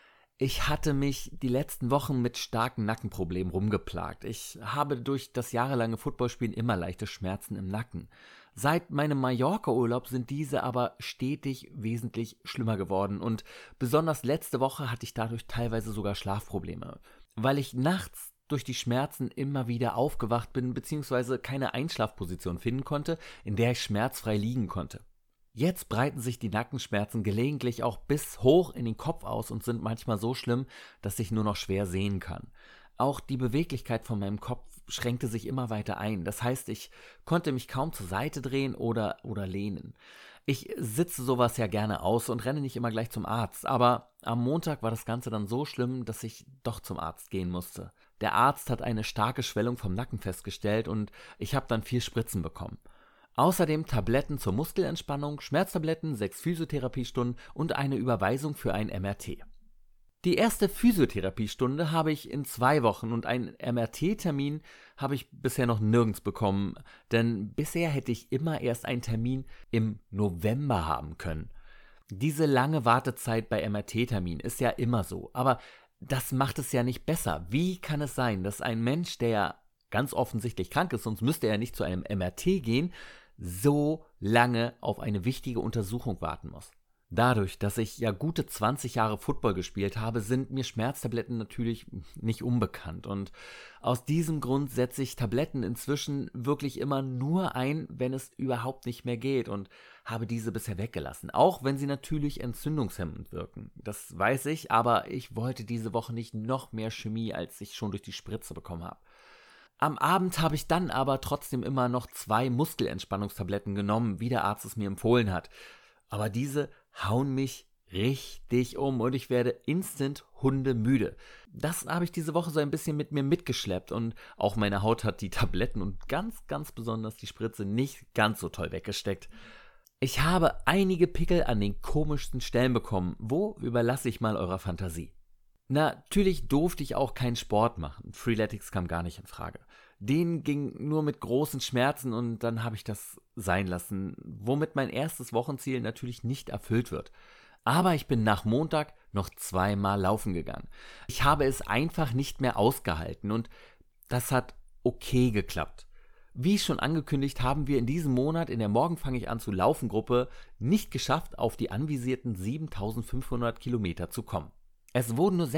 Ich hatte mich die letzten Wochen mit starken Nackenproblemen rumgeplagt. Ich habe durch das jahrelange Footballspielen immer leichte Schmerzen im Nacken. Seit meinem Mallorca-Urlaub sind diese aber stetig wesentlich schlimmer geworden und besonders letzte Woche hatte ich dadurch teilweise sogar Schlafprobleme, weil ich nachts durch die Schmerzen immer wieder aufgewacht bin bzw. keine Einschlafposition finden konnte, in der ich schmerzfrei liegen konnte. Jetzt breiten sich die Nackenschmerzen gelegentlich auch bis hoch in den Kopf aus und sind manchmal so schlimm, dass ich nur noch schwer sehen kann. Auch die Beweglichkeit von meinem Kopf schränkte sich immer weiter ein. Das heißt, ich konnte mich kaum zur Seite drehen oder, oder lehnen. Ich sitze sowas ja gerne aus und renne nicht immer gleich zum Arzt, aber am Montag war das Ganze dann so schlimm, dass ich doch zum Arzt gehen musste. Der Arzt hat eine starke Schwellung vom Nacken festgestellt und ich habe dann vier Spritzen bekommen. Außerdem Tabletten zur Muskelentspannung, Schmerztabletten, sechs Physiotherapiestunden und eine Überweisung für ein M R T. Die erste Physiotherapiestunde habe ich in zwei Wochen und einen M R T-Termin habe ich bisher noch nirgends bekommen, denn bisher hätte ich immer erst einen Termin im November haben können. Diese lange Wartezeit bei M R T-Terminen ist ja immer so, aber das macht es ja nicht besser. Wie kann es sein, dass ein Mensch, der ganz offensichtlich krank ist, sonst müsste er nicht zu einem M R T gehen, so lange auf eine wichtige Untersuchung warten muss? Dadurch, dass ich ja gute zwanzig Jahre Football gespielt habe, sind mir Schmerztabletten natürlich nicht unbekannt. Und aus diesem Grund setze ich Tabletten inzwischen wirklich immer nur ein, wenn es überhaupt nicht mehr geht und habe diese bisher weggelassen. Auch wenn sie natürlich entzündungshemmend wirken. Das weiß ich, aber ich wollte diese Woche nicht noch mehr Chemie, als ich schon durch die Spritze bekommen habe. Am Abend habe ich dann aber trotzdem immer noch zwei Muskelentspannungstabletten genommen, wie der Arzt es mir empfohlen hat. Aber diese hauen mich richtig um und ich werde instant hundemüde. Das habe ich diese Woche so ein bisschen mit mir mitgeschleppt und auch meine Haut hat die Tabletten und ganz, ganz besonders die Spritze nicht ganz so toll weggesteckt. Ich habe einige Pickel an den komischsten Stellen bekommen. Wo überlasse ich mal eurer Fantasie? Natürlich durfte ich auch keinen Sport machen. Freeletics kam gar nicht in Frage. Den ging nur mit großen Schmerzen und dann habe ich das sein lassen, womit mein erstes Wochenziel natürlich nicht erfüllt wird. Aber ich bin nach Montag noch zweimal laufen gegangen. Ich habe es einfach nicht mehr ausgehalten und das hat okay geklappt. Wie schon angekündigt, haben wir in diesem Monat in der Morgen fange ich an zu laufen Gruppe nicht geschafft, auf die anvisierten siebentausendfünfhundert Kilometer zu kommen. Es wurden nur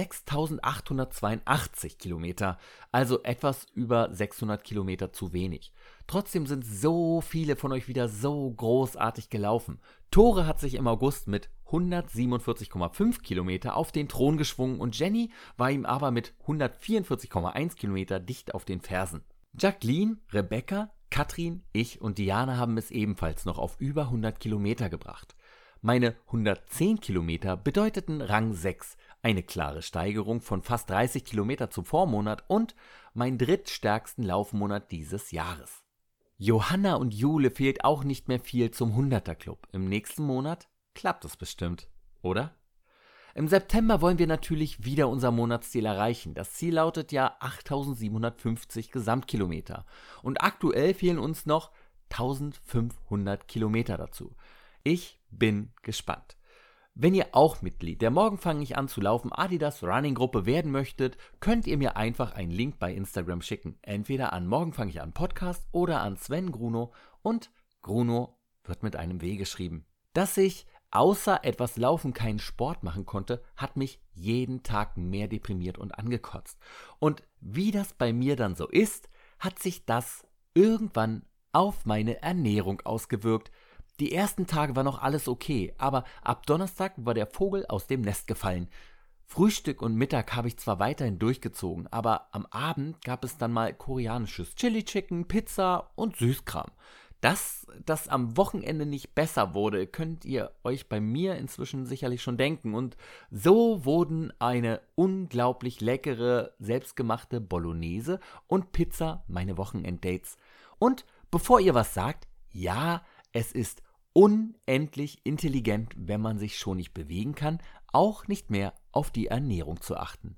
sechstausendachthundertzweiundachtzig Kilometer, also etwas über sechshundert Kilometer zu wenig. Trotzdem sind so viele von euch wieder so großartig gelaufen. Tore hat sich im August mit hundertsiebenundvierzig Komma fünf Kilometer auf den Thron geschwungen und Jenny war ihm aber mit hundertvierundvierzig Komma eins Kilometer dicht auf den Fersen. Jacqueline, Rebecca, Katrin, ich und Diana haben es ebenfalls noch auf über hundert Kilometer gebracht. Meine hundertzehn Kilometer bedeuteten Rang sechs, eine klare Steigerung von fast dreißig Kilometer zum Vormonat und mein drittstärksten Laufmonat dieses Jahres. Johanna und Jule fehlt auch nicht mehr viel zum hunderter-Club. Im nächsten Monat klappt es bestimmt, oder? Im September wollen wir natürlich wieder unser Monatsziel erreichen. Das Ziel lautet ja achttausendsiebenhundertfünfzig Gesamtkilometer und aktuell fehlen uns noch eintausendfünfhundert Kilometer dazu. Ich bin gespannt. Wenn ihr auch Mitglied der Morgen fange ich an zu laufen Adidas Running Gruppe werden möchtet, könnt ihr mir einfach einen Link bei Instagram schicken. Entweder an Morgen fange ich an Podcast oder an Sven Gruno, und Gruno wird mit einem W geschrieben. Dass ich außer etwas Laufen keinen Sport machen konnte, hat mich jeden Tag mehr deprimiert und angekotzt. Und wie das bei mir dann so ist, hat sich das irgendwann auf meine Ernährung ausgewirkt. Die ersten Tage war noch alles okay, aber ab Donnerstag war der Vogel aus dem Nest gefallen. Frühstück und Mittag habe ich zwar weiterhin durchgezogen, aber am Abend gab es dann mal koreanisches Chili Chicken, Pizza und Süßkram. Dass das am Wochenende nicht besser wurde, könnt ihr euch bei mir inzwischen sicherlich schon denken. Und so wurden eine unglaublich leckere, selbstgemachte Bolognese und Pizza meine Wochenenddates. Und bevor ihr was sagt, ja, es ist unendlich intelligent, wenn man sich schon nicht bewegen kann, auch nicht mehr auf die Ernährung zu achten.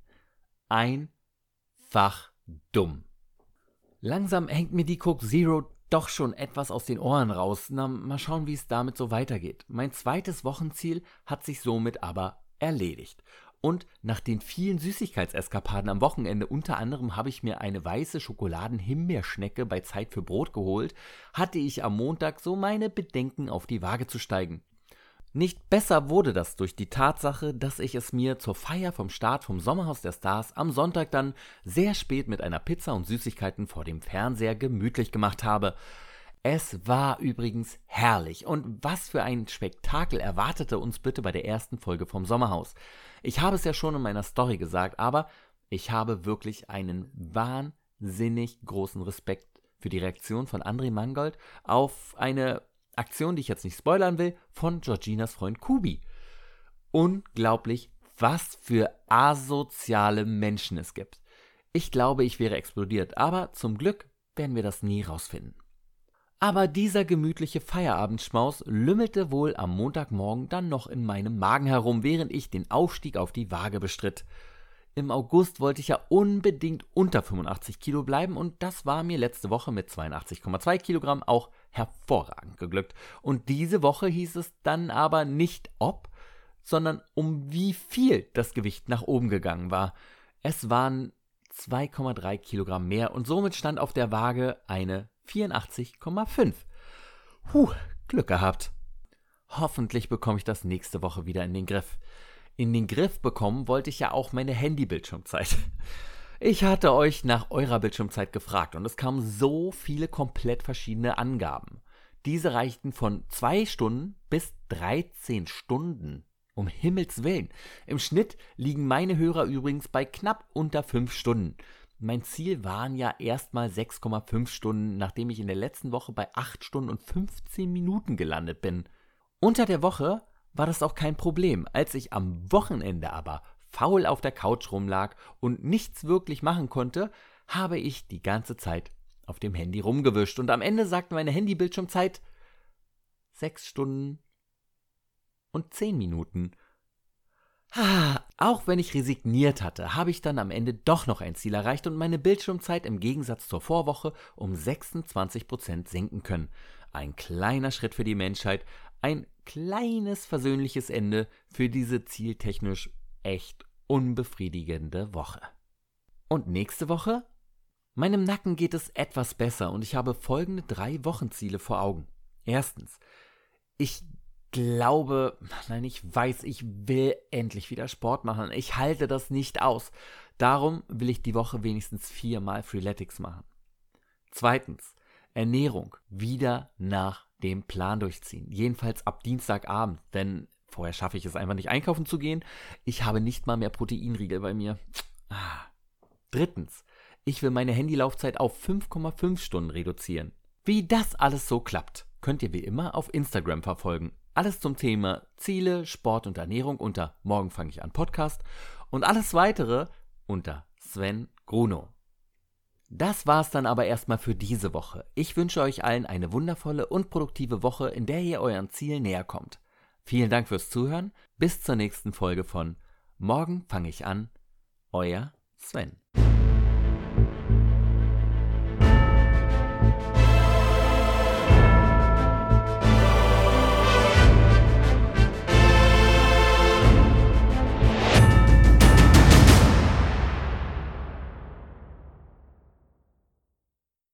Einfach dumm. Langsam hängt mir die Coke Zero doch schon etwas aus den Ohren raus. Na, mal schauen, wie es damit so weitergeht. Mein zweites Wochenziel hat sich somit aber erledigt. Und nach den vielen Süßigkeitseskapaden am Wochenende, unter anderem habe ich mir eine weiße Schokoladen-Himbeerschnecke bei Zeit für Brot geholt, hatte ich am Montag so meine Bedenken, auf die Waage zu steigen. Nicht besser wurde das durch die Tatsache, dass ich es mir zur Feier vom Start vom Sommerhaus der Stars am Sonntag dann sehr spät mit einer Pizza und Süßigkeiten vor dem Fernseher gemütlich gemacht habe. Es war übrigens herrlich, und was für ein Spektakel erwartete uns bitte bei der ersten Folge vom Sommerhaus. Ich habe es ja schon in meiner Story gesagt, aber ich habe wirklich einen wahnsinnig großen Respekt für die Reaktion von André Mangold auf eine Aktion, die ich jetzt nicht spoilern will, von Georginas Freund Kubi. Unglaublich, was für asoziale Menschen es gibt. Ich glaube, ich wäre explodiert, aber zum Glück werden wir das nie rausfinden. Aber dieser gemütliche Feierabendschmaus lümmelte wohl am Montagmorgen dann noch in meinem Magen herum, während ich den Aufstieg auf die Waage bestritt. Im August wollte ich ja unbedingt unter fünfundachtzig Kilo bleiben, und das war mir letzte Woche mit zweiundachtzig Komma zwei Kilogramm auch hervorragend geglückt. Und diese Woche hieß es dann aber nicht ob, sondern um wie viel das Gewicht nach oben gegangen war. Es waren zwei Komma drei Kilogramm mehr, und somit stand auf der Waage eine vierundachtzig Komma fünf. Puh, Glück gehabt. Hoffentlich bekomme ich das nächste Woche wieder in den Griff. In den Griff bekommen wollte ich ja auch meine Handy-Bildschirmzeit. Ich hatte euch nach eurer Bildschirmzeit gefragt, und es kamen so viele komplett verschiedene Angaben. Diese reichten von zwei Stunden bis dreizehn Stunden. Um Himmels Willen. Im Schnitt liegen meine Hörer übrigens bei knapp unter fünf Stunden. Mein Ziel waren ja erstmal sechs Komma fünf Stunden, nachdem ich in der letzten Woche bei acht Stunden und fünfzehn Minuten gelandet bin. Unter der Woche war das auch kein Problem. Als ich am Wochenende aber faul auf der Couch rumlag und nichts wirklich machen konnte, habe ich die ganze Zeit auf dem Handy rumgewischt, und am Ende sagte meine Handybildschirmzeit sechs Stunden und zehn Minuten. Ah, auch wenn ich resigniert hatte, habe ich dann am Ende doch noch ein Ziel erreicht und meine Bildschirmzeit im Gegensatz zur Vorwoche um sechsundzwanzig Prozent senken können. Ein kleiner Schritt für die Menschheit, ein kleines versöhnliches Ende für diese zieltechnisch echt unbefriedigende Woche. Und nächste Woche? Meinem Nacken geht es etwas besser, und ich habe folgende drei Wochenziele vor Augen. Erstens, ich glaube, nein, ich weiß, ich will endlich wieder Sport machen. Ich halte das nicht aus. Darum will ich die Woche wenigstens viermal Freeletics machen. Zweitens, Ernährung wieder nach dem Plan durchziehen. Jedenfalls ab Dienstagabend, denn vorher schaffe ich es einfach nicht, einkaufen zu gehen. Ich habe nicht mal mehr Proteinriegel bei mir. Ah. Drittens, ich will meine Handylaufzeit auf fünf Komma fünf Stunden reduzieren. Wie das alles so klappt, könnt ihr wie immer auf Instagram verfolgen. Alles zum Thema Ziele, Sport und Ernährung unter Morgen fange ich an Podcast und alles weitere unter Sven Gruno. Das war's dann aber erstmal für diese Woche. Ich wünsche euch allen eine wundervolle und produktive Woche, in der ihr euren Zielen näher kommt. Vielen Dank fürs Zuhören. Bis zur nächsten Folge von Morgen fange ich an. Euer Sven.